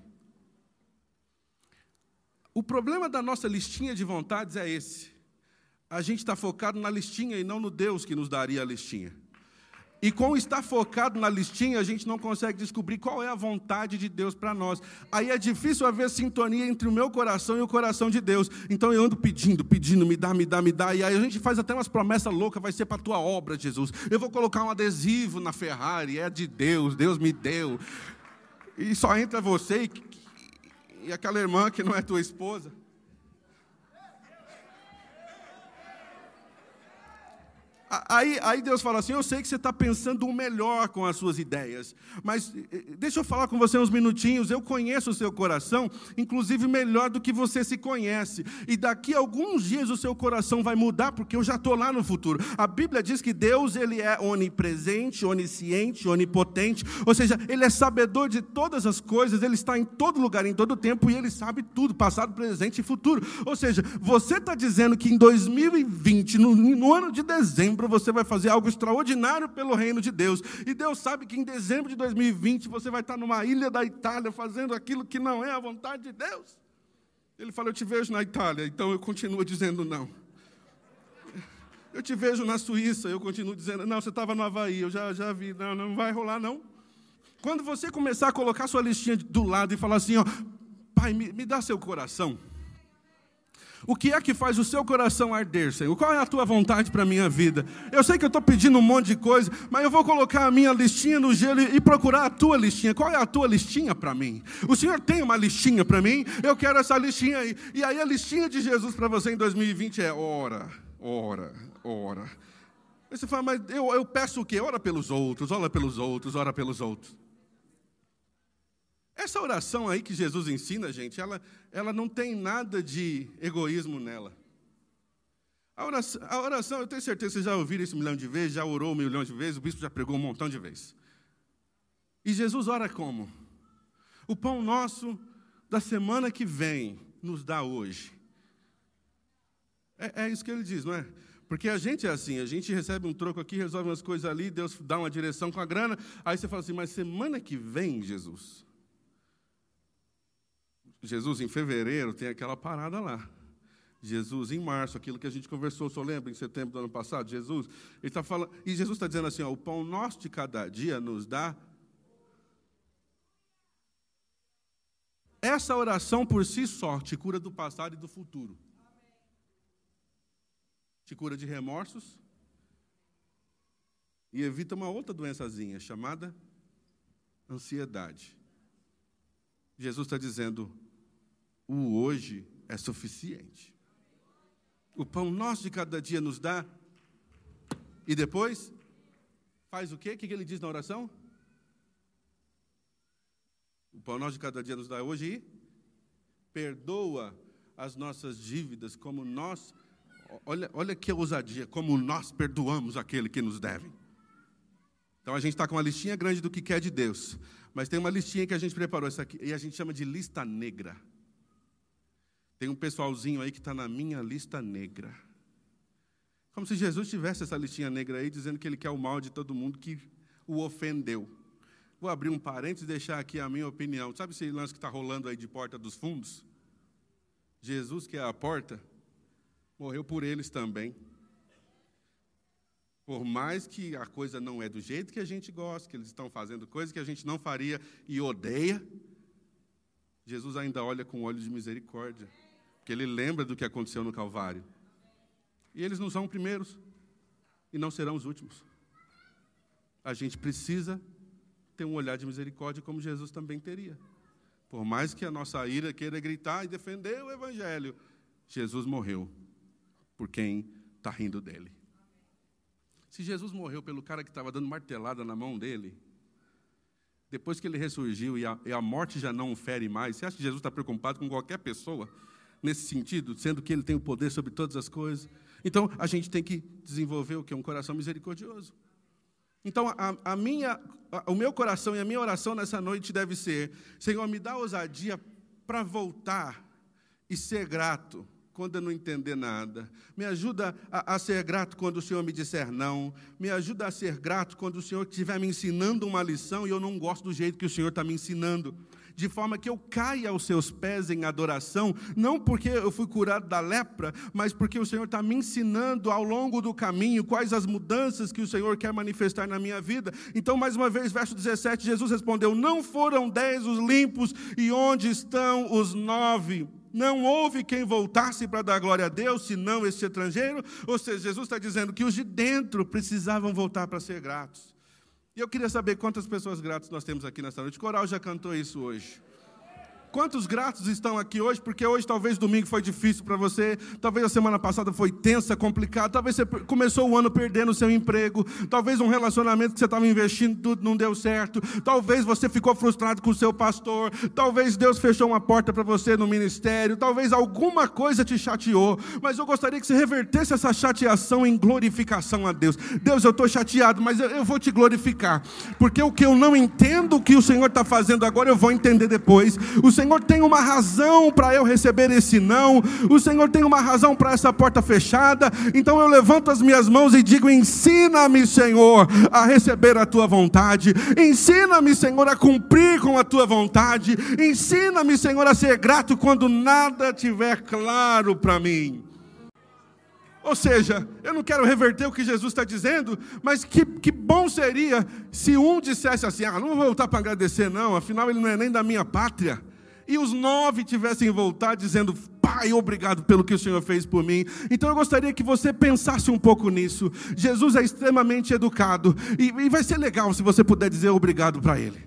O problema da nossa listinha de vontades é esse. A gente está focado na listinha e não no Deus que nos daria a listinha. E com estar focado na listinha, a gente não consegue descobrir qual é a vontade de Deus para nós. Aí é difícil haver sintonia entre o meu coração e o coração de Deus. Então eu ando pedindo, pedindo, me dá, me dá, me dá. E aí a gente faz até umas promessas loucas, vai ser para a tua obra, Jesus. Eu vou colocar um adesivo na Ferrari, é de Deus, Deus me deu. E só entra você e, e aquela irmã que não é tua esposa. Aí, aí Deus fala assim, eu sei que você está pensando o melhor com as suas ideias, mas deixa eu falar com você uns minutinhos, eu conheço o seu coração, inclusive melhor do que você se conhece, e daqui a alguns dias o seu coração vai mudar, porque eu já estou lá no futuro. A Bíblia diz que Deus, ele é onipresente, onisciente, onipotente, ou seja, ele é sabedor de todas as coisas, ele está em todo lugar, em todo tempo, e ele sabe tudo, passado, presente e futuro. Ou seja, você está dizendo que em dois mil e vinte, no, no ano de dezembro, você vai fazer algo extraordinário pelo reino de Deus. E Deus sabe que em dezembro de dois mil e vinte você vai estar numa ilha da Itália fazendo aquilo que não é a vontade de Deus. Ele fala, eu te vejo na Itália, então eu continuo dizendo não. Eu te vejo na Suíça, eu continuo dizendo, não, você estava no Havaí, eu já, já vi, não, não vai rolar não. Quando você começar a colocar sua listinha do lado e falar assim, ó, pai, me, me dá seu coração. O que é que faz o seu coração arder, Senhor? Qual é a tua vontade para a minha vida? Eu sei que eu estou pedindo um monte de coisa, mas eu vou colocar a minha listinha no gelo e procurar a tua listinha. Qual é a tua listinha para mim? O Senhor tem uma listinha para mim? Eu quero essa listinha aí. E aí a listinha de Jesus para você em dois mil e vinte é ora, ora, ora. Aí você fala, mas eu, eu peço o quê? Ora pelos outros, ora pelos outros, ora pelos outros. Essa oração aí que Jesus ensina, gente, ela, ela não tem nada de egoísmo nela. A oração, a oração, eu tenho certeza que vocês já ouviram isso um milhão de vezes, já orou um milhão de vezes, o bispo já pregou um montão de vezes. E Jesus ora como? O pão nosso da semana que vem nos dá hoje. É, é isso que ele diz, não é? Porque a gente é assim, a gente recebe um troco aqui, resolve umas coisas ali, Deus dá uma direção com a grana, aí você fala assim, mas semana que vem, Jesus... Jesus, em fevereiro, tem aquela parada lá. Jesus, em março, aquilo que a gente conversou, só lembra, em setembro do ano passado, Jesus, ele está falando, e Jesus está dizendo assim, ó, o pão nosso de cada dia nos dá. Essa oração por si só te cura do passado e do futuro. Te cura de remorsos e evita uma outra doençazinha, chamada ansiedade. Jesus está dizendo, o hoje é suficiente. O pão nosso de cada dia nos dá. E depois, faz o quê? O que ele diz na oração? O pão nosso de cada dia nos dá hoje e perdoa as nossas dívidas como nós... Olha, olha que ousadia, como nós perdoamos aquele que nos deve. Então a gente está com uma listinha grande do que quer de Deus. Mas tem uma listinha que a gente preparou, essa aqui, e a gente chama de lista negra. Tem um pessoalzinho aí que está na minha lista negra. Como se Jesus tivesse essa listinha negra aí, dizendo que ele quer o mal de todo mundo que o ofendeu. Vou abrir um parênteses e deixar aqui a minha opinião. Sabe esse lance que está rolando aí de porta dos fundos? Jesus, que é a porta, morreu por eles também. Por mais que a coisa não é do jeito que a gente gosta, que eles estão fazendo coisas que a gente não faria e odeia, Jesus ainda olha com olhos de misericórdia, porque ele lembra do que aconteceu no Calvário. E eles não são os primeiros, e não serão os últimos. A gente precisa ter um olhar de misericórdia como Jesus também teria. Por mais que a nossa ira queira gritar e defender o Evangelho, Jesus morreu por quem está rindo dele. Se Jesus morreu pelo cara que estava dando martelada na mão dele, depois que ele ressurgiu e a, e a morte já não o fere mais, você acha que Jesus está preocupado com qualquer pessoa nesse sentido, sendo que ele tem o poder sobre todas as coisas? Então, a gente tem que desenvolver o quê? Um coração misericordioso. Então, a, a minha, a, o meu coração e a minha oração nessa noite deve ser, Senhor, me dá ousadia para voltar e ser grato quando eu não entender nada. Me ajuda a, a ser grato quando o Senhor me disser não. Me ajuda a ser grato quando o Senhor estiver me ensinando uma lição e eu não gosto do jeito que o Senhor está me ensinando. De forma que eu caia aos seus pés em adoração, não porque eu fui curado da lepra, mas porque o Senhor está me ensinando ao longo do caminho quais as mudanças que o Senhor quer manifestar na minha vida. Então, mais uma vez, verso dezessete, Jesus respondeu, não foram dez os limpos, e onde estão os nove? Não houve quem voltasse para dar glória a Deus, senão esse estrangeiro. Ou seja, Jesus está dizendo que os de dentro precisavam voltar para ser gratos. E eu queria saber quantas pessoas gratas nós temos aqui nesta noite. O coral já cantou isso hoje. Quantos gratos estão aqui hoje? Porque hoje talvez domingo foi difícil para você, talvez a semana passada foi tensa, complicada, talvez você começou o ano perdendo o seu emprego, talvez um relacionamento que você estava investindo tudo não deu certo, talvez você ficou frustrado com o seu pastor, talvez Deus fechou uma porta para você no ministério, talvez alguma coisa te chateou, mas eu gostaria que você revertesse essa chateação em glorificação a Deus. Deus, eu estou chateado, mas eu, eu vou te glorificar, porque o que eu não entendo, o que o Senhor está fazendo agora, eu vou entender depois. O Senhor O Senhor tem uma razão para eu receber esse não, o Senhor tem uma razão para essa porta fechada, então eu levanto as minhas mãos e digo: ensina-me, Senhor, a receber a tua vontade, ensina-me, Senhor, a cumprir com a tua vontade, ensina-me, Senhor, a ser grato quando nada estiver claro para mim. Ou seja, eu não quero reverter o que Jesus está dizendo, mas que, que bom seria se um dissesse assim: ah, não vou voltar para agradecer não, afinal ele não é nem da minha pátria. E os nove tivessem voltado dizendo: Pai, obrigado pelo que o Senhor fez por mim. Então eu gostaria que você pensasse um pouco nisso. Jesus é extremamente educado, e, e vai ser legal se você puder dizer obrigado para Ele.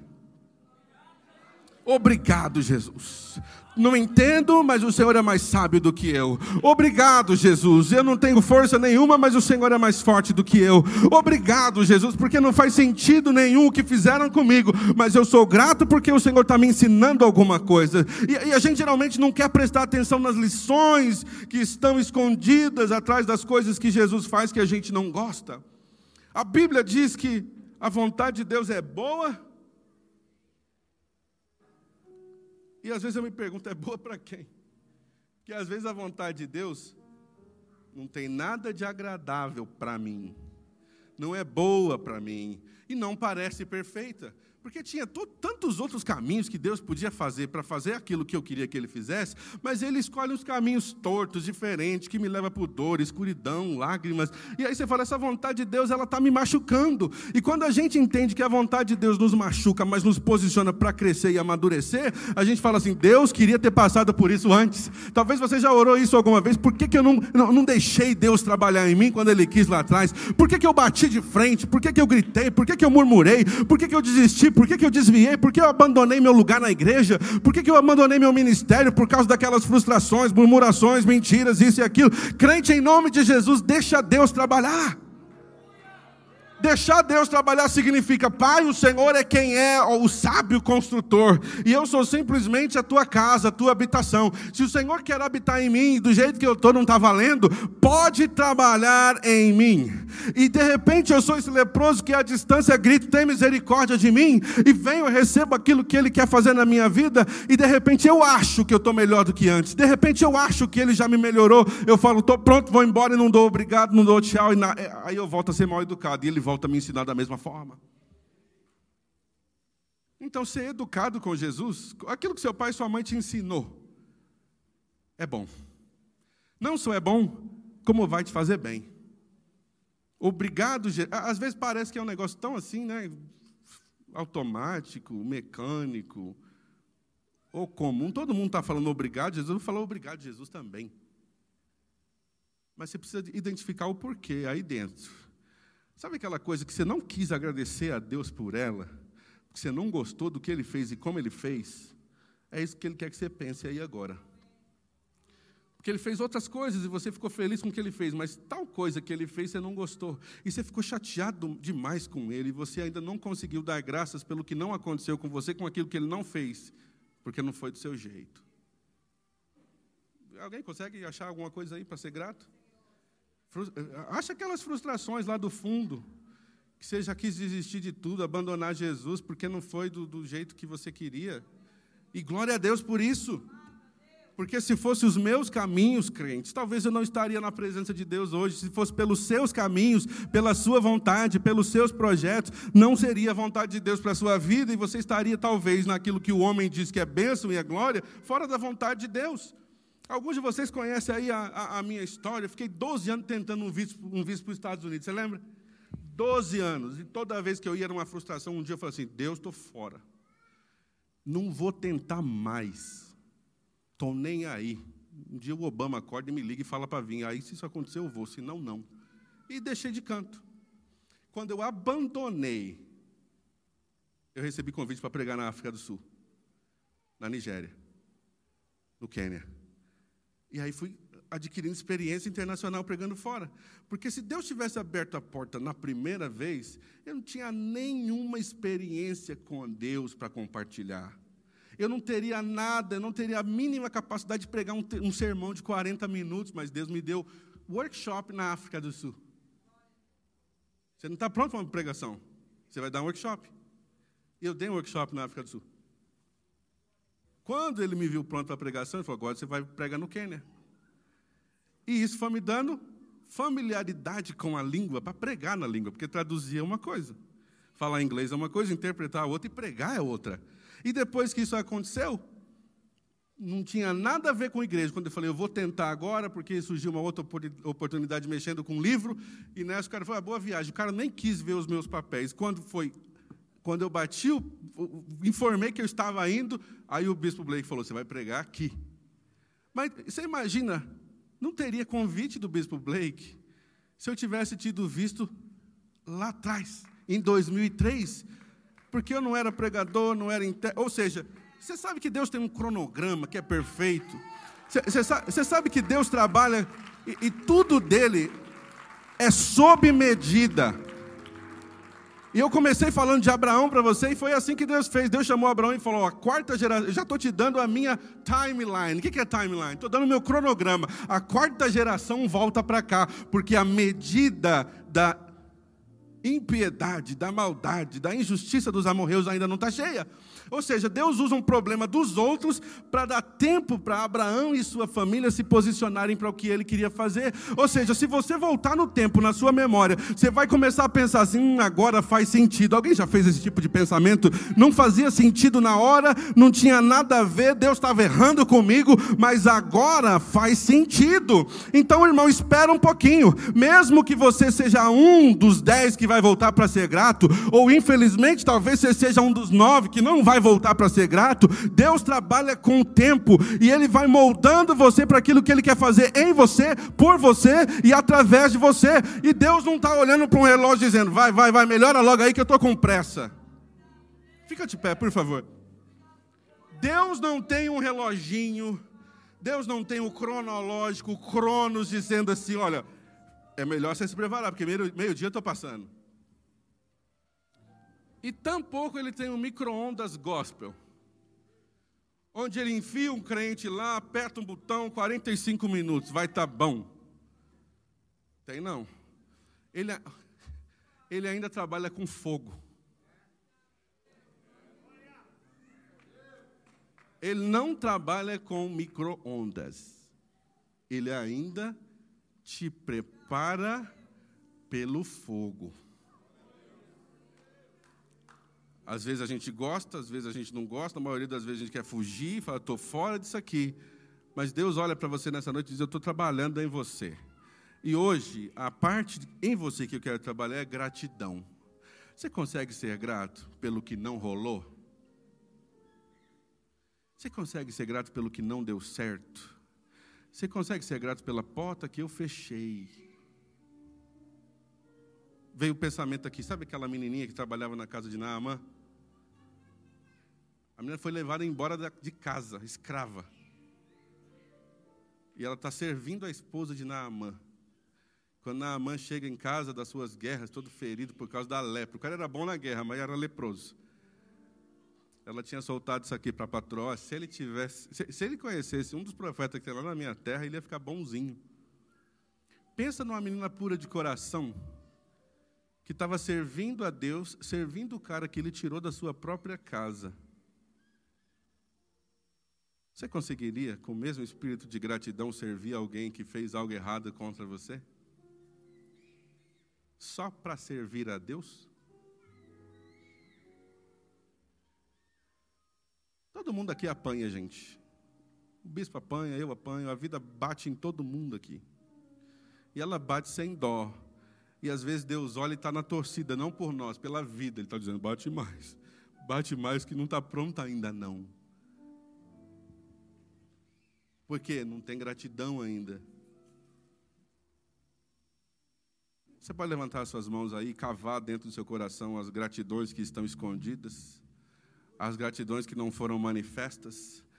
Obrigado, Jesus. Não entendo, mas o Senhor é mais sábio do que eu. Obrigado, Jesus. Eu não tenho força nenhuma, mas o Senhor é mais forte do que eu. Obrigado, Jesus, porque não faz sentido nenhum o que fizeram comigo, mas eu sou grato porque o Senhor está me ensinando alguma coisa. E, e a gente geralmente não quer prestar atenção nas lições que estão escondidas atrás das coisas que Jesus faz que a gente não gosta. A Bíblia diz que a vontade de Deus é boa. E às vezes eu me pergunto, é boa para quem? Porque às vezes a vontade de Deus não tem nada de agradável para mim, não é boa para mim, e não parece perfeita. Porque tinha tantos outros caminhos que Deus podia fazer para fazer aquilo que eu queria que Ele fizesse, mas Ele escolhe uns caminhos tortos, diferentes, que me levam por dor, escuridão, lágrimas. E aí você fala, essa vontade de Deus, ela está me machucando. E quando a gente entende que a vontade de Deus nos machuca, mas nos posiciona para crescer e amadurecer, a gente fala assim: Deus queria ter passado por isso antes. Talvez você já orou isso alguma vez. Por que, que eu não, não, não deixei Deus trabalhar em mim quando Ele quis lá atrás? Por que, que eu bati de frente? Por que, que eu gritei? Por que, que eu murmurei? Por que, que eu desisti? Por que, que eu desviei? Por que eu abandonei meu lugar na igreja? Por que, que eu abandonei meu ministério? Por causa daquelas frustrações, murmurações, mentiras, isso e aquilo. Crente, em nome de Jesus, deixa Deus trabalhar. Deixar Deus trabalhar significa: Pai, o Senhor é quem é o sábio construtor, e eu sou simplesmente a tua casa, a tua habitação. Se o Senhor quer habitar em mim, do jeito que eu estou não está valendo, pode trabalhar em mim. E de repente eu sou esse leproso que à distância grito: tem misericórdia de mim, e venho, eu recebo aquilo que Ele quer fazer na minha vida, e de repente eu acho que eu estou melhor do que antes, de repente eu acho que Ele já me melhorou, eu falo: estou pronto, vou embora, e não dou obrigado, não dou tchau, e na... aí eu volto a ser mal educado, e Ele volta a me ensinar da mesma forma. Então, ser educado com Jesus, aquilo que seu pai e sua mãe te ensinou, é bom. Não só é bom, como vai te fazer bem. Obrigado, às vezes parece que é um negócio tão assim, né, automático, mecânico, ou comum. Todo mundo está falando obrigado, Jesus vai falar obrigado, Jesus também. Mas você precisa identificar o porquê aí dentro. Sabe aquela coisa que você não quis agradecer a Deus por ela? Que você não gostou do que Ele fez e como Ele fez? É isso que Ele quer que você pense aí agora. Porque Ele fez outras coisas e você ficou feliz com o que Ele fez, mas tal coisa que Ele fez você não gostou. E você ficou chateado demais com Ele, e você ainda não conseguiu dar graças pelo que não aconteceu com você, com aquilo que Ele não fez, porque não foi do seu jeito. Alguém consegue achar alguma coisa aí para ser grato? Acha aquelas frustrações lá do fundo, que você já quis desistir de tudo, abandonar Jesus, porque não foi do, do jeito que você queria. E glória a Deus por isso. Porque se fosse os meus caminhos, crentes, talvez eu não estaria na presença de Deus hoje. Se fosse pelos seus caminhos, pela sua vontade, pelos seus projetos, não seria a vontade de Deus para a sua vida, e você estaria talvez naquilo que o homem diz que é bênção e é glória, fora da vontade de Deus. Alguns de vocês conhecem aí a, a, a minha história. Eu fiquei doze anos tentando um visto, um visto para os Estados Unidos, você lembra? doze anos, e toda vez que eu ia era uma frustração. Um dia eu falei assim: Deus, estou fora. Não vou tentar mais. Estou nem aí. Um dia o Obama acorda e me liga e fala para vir. Aí se isso acontecer eu vou, se não, não. E deixei de canto. Quando eu abandonei, eu recebi convite para pregar na África do Sul, na Nigéria. no Quênia. E aí fui adquirindo experiência internacional pregando fora. Porque se Deus tivesse aberto a porta na primeira vez, eu não tinha nenhuma experiência com Deus para compartilhar. Eu não teria nada, eu não teria a mínima capacidade de pregar um, um sermão de quarenta minutos, mas Deus me deu workshop na África do Sul. Você não está pronto para uma pregação, você vai dar um workshop. E eu dei um workshop na África do Sul. Quando ele me viu pronto para a pregação, ele falou, agora você vai pregar no Quênia. E isso foi me dando familiaridade com a língua, para pregar na língua, porque traduzir é uma coisa, falar inglês é uma coisa, interpretar é outra e pregar é outra. E depois que isso aconteceu, não tinha nada a ver com a igreja. Quando eu falei, eu vou tentar agora, porque surgiu uma outra oportunidade mexendo com um livro, e nessa o cara falou, ah, boa viagem. O cara nem quis ver os meus papéis. Quando foi, quando eu bati, eu informei que eu estava indo, aí o bispo Blake falou, você vai pregar aqui. Mas você imagina, não teria convite do bispo Blake se eu tivesse tido visto lá atrás, em dois mil e três, porque eu não era pregador, não era inter... Ou seja, você sabe que Deus tem um cronograma que é perfeito. Você, você, sabe, você sabe que Deus trabalha e, e tudo dele é sob medida. E eu comecei falando de Abraão para você, e foi assim que Deus fez. Deus chamou Abraão e falou, a quarta geração, eu já estou te dando a minha timeline. O que é timeline? Estou dando o meu cronograma. A quarta geração volta para cá, porque a medida da impiedade, da maldade, da injustiça dos amorreus ainda não está cheia. Ou seja, Deus usa um problema dos outros para dar tempo para Abraão e sua família se posicionarem para o que ele queria fazer. Ou seja, se você voltar no tempo, na sua memória, você vai começar a pensar assim, hum, agora faz sentido. Alguém já fez esse tipo de pensamento? Não fazia sentido na hora, não tinha nada a ver, Deus estava errando comigo, mas agora faz sentido. Então, irmão, espera um pouquinho. Mesmo que você seja um dos dez que vai voltar para ser grato, ou infelizmente, talvez você seja um dos nove que não vai voltar para ser grato, Deus trabalha com o tempo, e Ele vai moldando você para aquilo que Ele quer fazer em você, por você e através de você. E Deus não está olhando para um relógio dizendo, vai, vai, vai, melhora logo aí que eu estou com pressa. Fica de pé, por favor. Deus não tem um reloginho, Deus não tem o cronológico, o Cronos dizendo assim, olha, é melhor você se preparar, porque meio, meio dia eu estou passando. E tampouco ele tem um micro-ondas gospel, onde ele enfia um crente lá, aperta um botão, quarenta e cinco minutos, vai estar bom. Tem não. Ele, ele ainda trabalha com fogo. Ele não trabalha com micro-ondas. Ele ainda te prepara pelo fogo. Às vezes a gente gosta, às vezes a gente não gosta, a maioria das vezes a gente quer fugir, fala, estou fora disso aqui. Mas Deus olha para você nessa noite e diz, eu estou trabalhando em você. E hoje, a parte em você que eu quero trabalhar é gratidão. Você consegue ser grato pelo que não rolou? Você consegue ser grato pelo que não deu certo? Você consegue ser grato pela porta que eu fechei? Veio o pensamento aqui, sabe aquela menininha que trabalhava na casa de Naamã? A menina foi levada embora de casa, escrava. E ela está servindo a esposa de Naamã. Quando Naamã chega em casa das suas guerras, todo ferido por causa da lepra. O cara era bom na guerra, mas era leproso. Ela tinha soltado isso aqui para a patroa. Se ele tivesse, se, se ele conhecesse um dos profetas que tem lá na minha terra, ele ia ficar bonzinho. Pensa numa menina pura de coração, que estava servindo a Deus, servindo o cara que ele tirou da sua própria casa. Você conseguiria, com o mesmo espírito de gratidão, servir alguém que fez algo errado contra você? Só para servir a Deus? Todo mundo aqui apanha, gente. O bispo apanha, eu apanho, a vida bate em todo mundo aqui. E ela bate sem dó. E às vezes Deus olha e está na torcida, não por nós, pela vida. Ele está dizendo, bate mais. Bate mais que não está pronto ainda não. Por quê? Não tem gratidão ainda. Você pode levantar as suas mãos aí e cavar dentro do seu coração as gratidões que estão escondidas, as gratidões que não foram manifestas,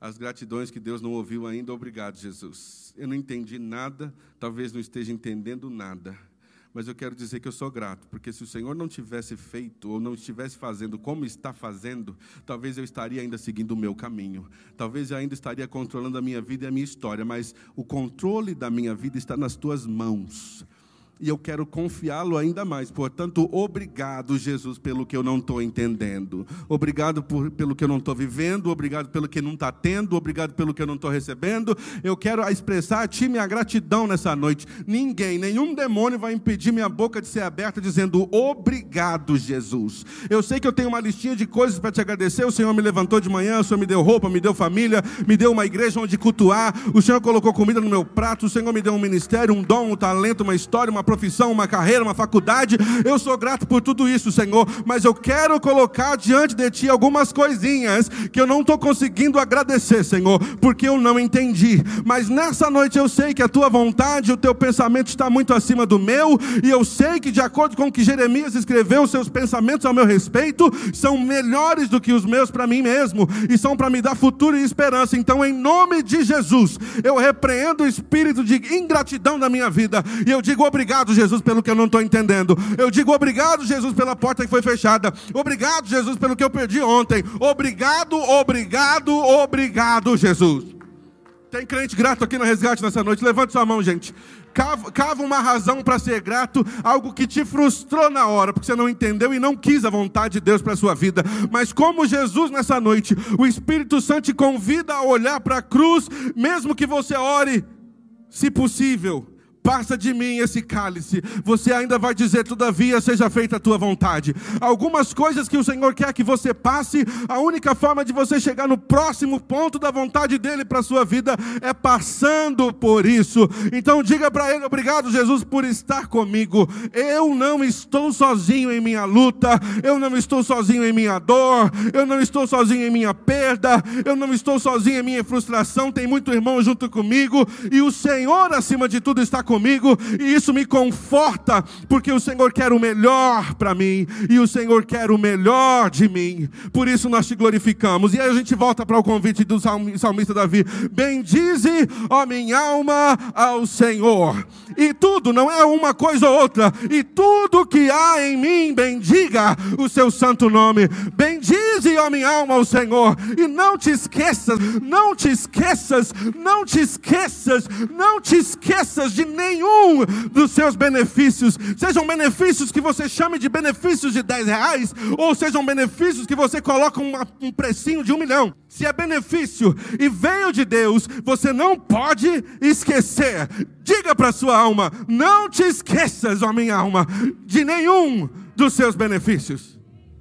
As gratidões que Deus não ouviu ainda, obrigado, Jesus. Eu não entendi nada, talvez não esteja entendendo nada. Mas eu quero dizer que eu sou grato, porque se o Senhor não tivesse feito, ou não estivesse fazendo como está fazendo, talvez eu estaria ainda seguindo o meu caminho. Talvez eu ainda estaria controlando a minha vida e a minha história, mas o controle da minha vida está nas tuas mãos. E eu quero confiá-lo ainda mais. Portanto, obrigado, Jesus, pelo que eu não estou entendendo. Obrigado por, pelo que eu não estou vivendo. Obrigado pelo que não está tendo. Obrigado pelo que eu não estou recebendo. Eu quero expressar a Ti minha gratidão nessa noite. Ninguém, nenhum demônio vai impedir minha boca de ser aberta dizendo obrigado, Jesus. Eu sei que eu tenho uma listinha de coisas para Te agradecer. O Senhor me levantou de manhã, o Senhor me deu roupa, me deu família, me deu uma igreja onde cultuar. O Senhor colocou comida no meu prato. O Senhor me deu um ministério, um dom, um talento, uma história, uma profissão, uma carreira, uma faculdade. Eu sou grato por tudo isso, Senhor, mas eu quero colocar diante de Ti algumas coisinhas que eu não estou conseguindo agradecer, Senhor, porque eu não entendi. Mas nessa noite eu sei que a Tua vontade, o Teu pensamento está muito acima do meu, e eu sei que de acordo com o que Jeremias escreveu, os seus pensamentos ao meu respeito são melhores do que os meus para mim mesmo, e são para me dar futuro e esperança. Então, em nome de Jesus, eu repreendo o espírito de ingratidão da minha vida, e eu digo obrigado, Jesus, pelo que eu não estou entendendo. Eu digo obrigado, Jesus, pela porta que foi fechada. Obrigado, Jesus, pelo que eu perdi ontem. Obrigado, obrigado, obrigado, Jesus. Tem crente grato aqui no Resgate nessa noite? Levante sua mão, gente. Cava, cava uma razão para ser grato, algo que te frustrou na hora, porque você não entendeu e não quis a vontade de Deus para a sua vida. Mas como Jesus nessa noite, o Espírito Santo te convida a olhar para a cruz, mesmo que você ore, se possível, passa de mim esse cálice. Você ainda vai dizer, todavia, seja feita a tua vontade. Algumas coisas que o Senhor quer que você passe, a única forma de você chegar no próximo ponto da vontade dEle para a sua vida é passando por isso. Então diga para Ele, obrigado, Jesus, por estar comigo. Eu não estou sozinho em minha luta, eu não estou sozinho em minha dor, eu não estou sozinho em minha perda, eu não estou sozinho em minha frustração. Tem muito irmão junto comigo, e o Senhor, acima de tudo, está comigo. comigo, e isso me conforta, porque o Senhor quer o melhor para mim, e o Senhor quer o melhor de mim. Por isso nós te glorificamos. E aí a gente volta para o convite do salmista Davi: bendize, ó minha alma, ao Senhor, e tudo, não é uma coisa ou outra, e tudo que há em mim, bendiga o seu santo nome. Bendize, ó minha alma, ao Senhor, e não te esqueças, não te esqueças, não te esqueças, não te esqueças de nenhum dos seus benefícios. Sejam benefícios que você chame de benefícios de dez reais, ou sejam benefícios que você coloca uma, um precinho de um milhão. Se é benefício e veio de Deus, você não pode esquecer. Diga para a sua alma: não te esqueças, ó minha alma, de nenhum dos seus benefícios.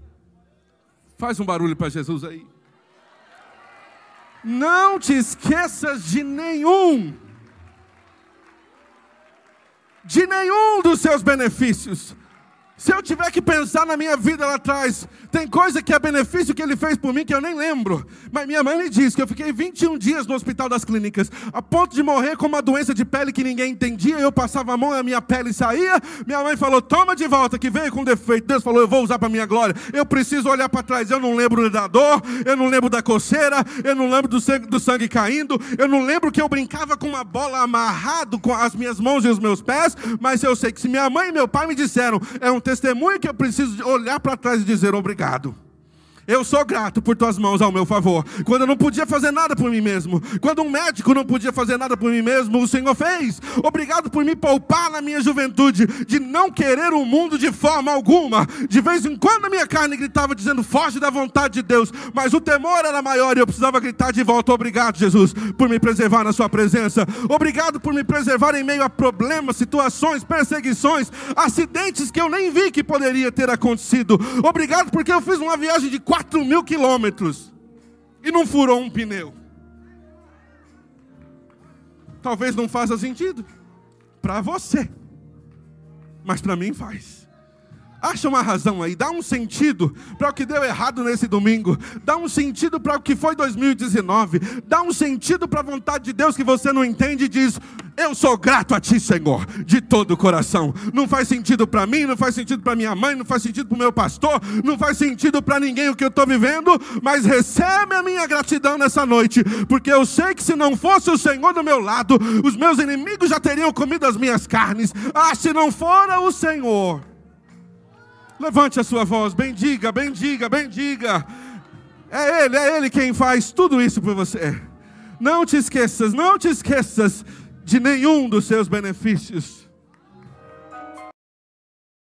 Faz um barulho para Jesus aí. Não te esqueças de nenhum, de nenhum dos seus benefícios. Se eu tiver que pensar na minha vida lá atrás, tem coisa que é benefício que Ele fez por mim que eu nem lembro. Mas minha mãe me disse que eu fiquei vinte e um dias no Hospital das Clínicas, a ponto de morrer com uma doença de pele que ninguém entendia. Eu passava a mão e a minha pele saía. Minha mãe falou: toma de volta, que veio com defeito. Deus falou: eu vou usar para a minha glória. Eu preciso olhar para trás. Eu não lembro da dor, eu não lembro da coceira, eu não lembro do sangue, do sangue caindo, eu não lembro que eu brincava com uma bola amarrado com as minhas mãos e os meus pés. Mas eu sei que se minha mãe e meu pai me disseram, é um testemunho que eu preciso olhar para trás e dizer obrigado. Eu sou grato por tuas mãos ao meu favor. Quando eu não podia fazer nada por mim mesmo, quando um médico não podia fazer nada por mim mesmo, o Senhor fez. Obrigado por me poupar na minha juventude de não querer o mundo de forma alguma. De vez em quando a minha carne gritava dizendo: foge da vontade de Deus. Mas o temor era maior e eu precisava gritar de volta: obrigado, Jesus, por me preservar na sua presença. Obrigado por me preservar em meio a problemas, situações, perseguições, acidentes que eu nem vi que poderia ter acontecido. Obrigado porque eu fiz uma viagem de quatro mil quilômetros e não furou um pneu. Talvez não faça sentido para você, mas para mim faz. Acha uma razão aí, dá um sentido para o que deu errado nesse domingo, dá um sentido para o que foi dois mil e dezenove, dá um sentido para a vontade de Deus que você não entende e diz: eu sou grato a Ti, Senhor, de todo o coração. Não faz sentido para mim, não faz sentido para minha mãe, não faz sentido para o meu pastor, não faz sentido para ninguém o que eu estou vivendo, mas recebe a minha gratidão nessa noite, porque eu sei que se não fosse o Senhor do meu lado, os meus inimigos já teriam comido as minhas carnes. Ah, se não fora o Senhor. Levante a sua voz, bendiga, bendiga, bendiga. É Ele, é Ele quem faz tudo isso por você. Não te esqueças, não te esqueças de nenhum dos seus benefícios.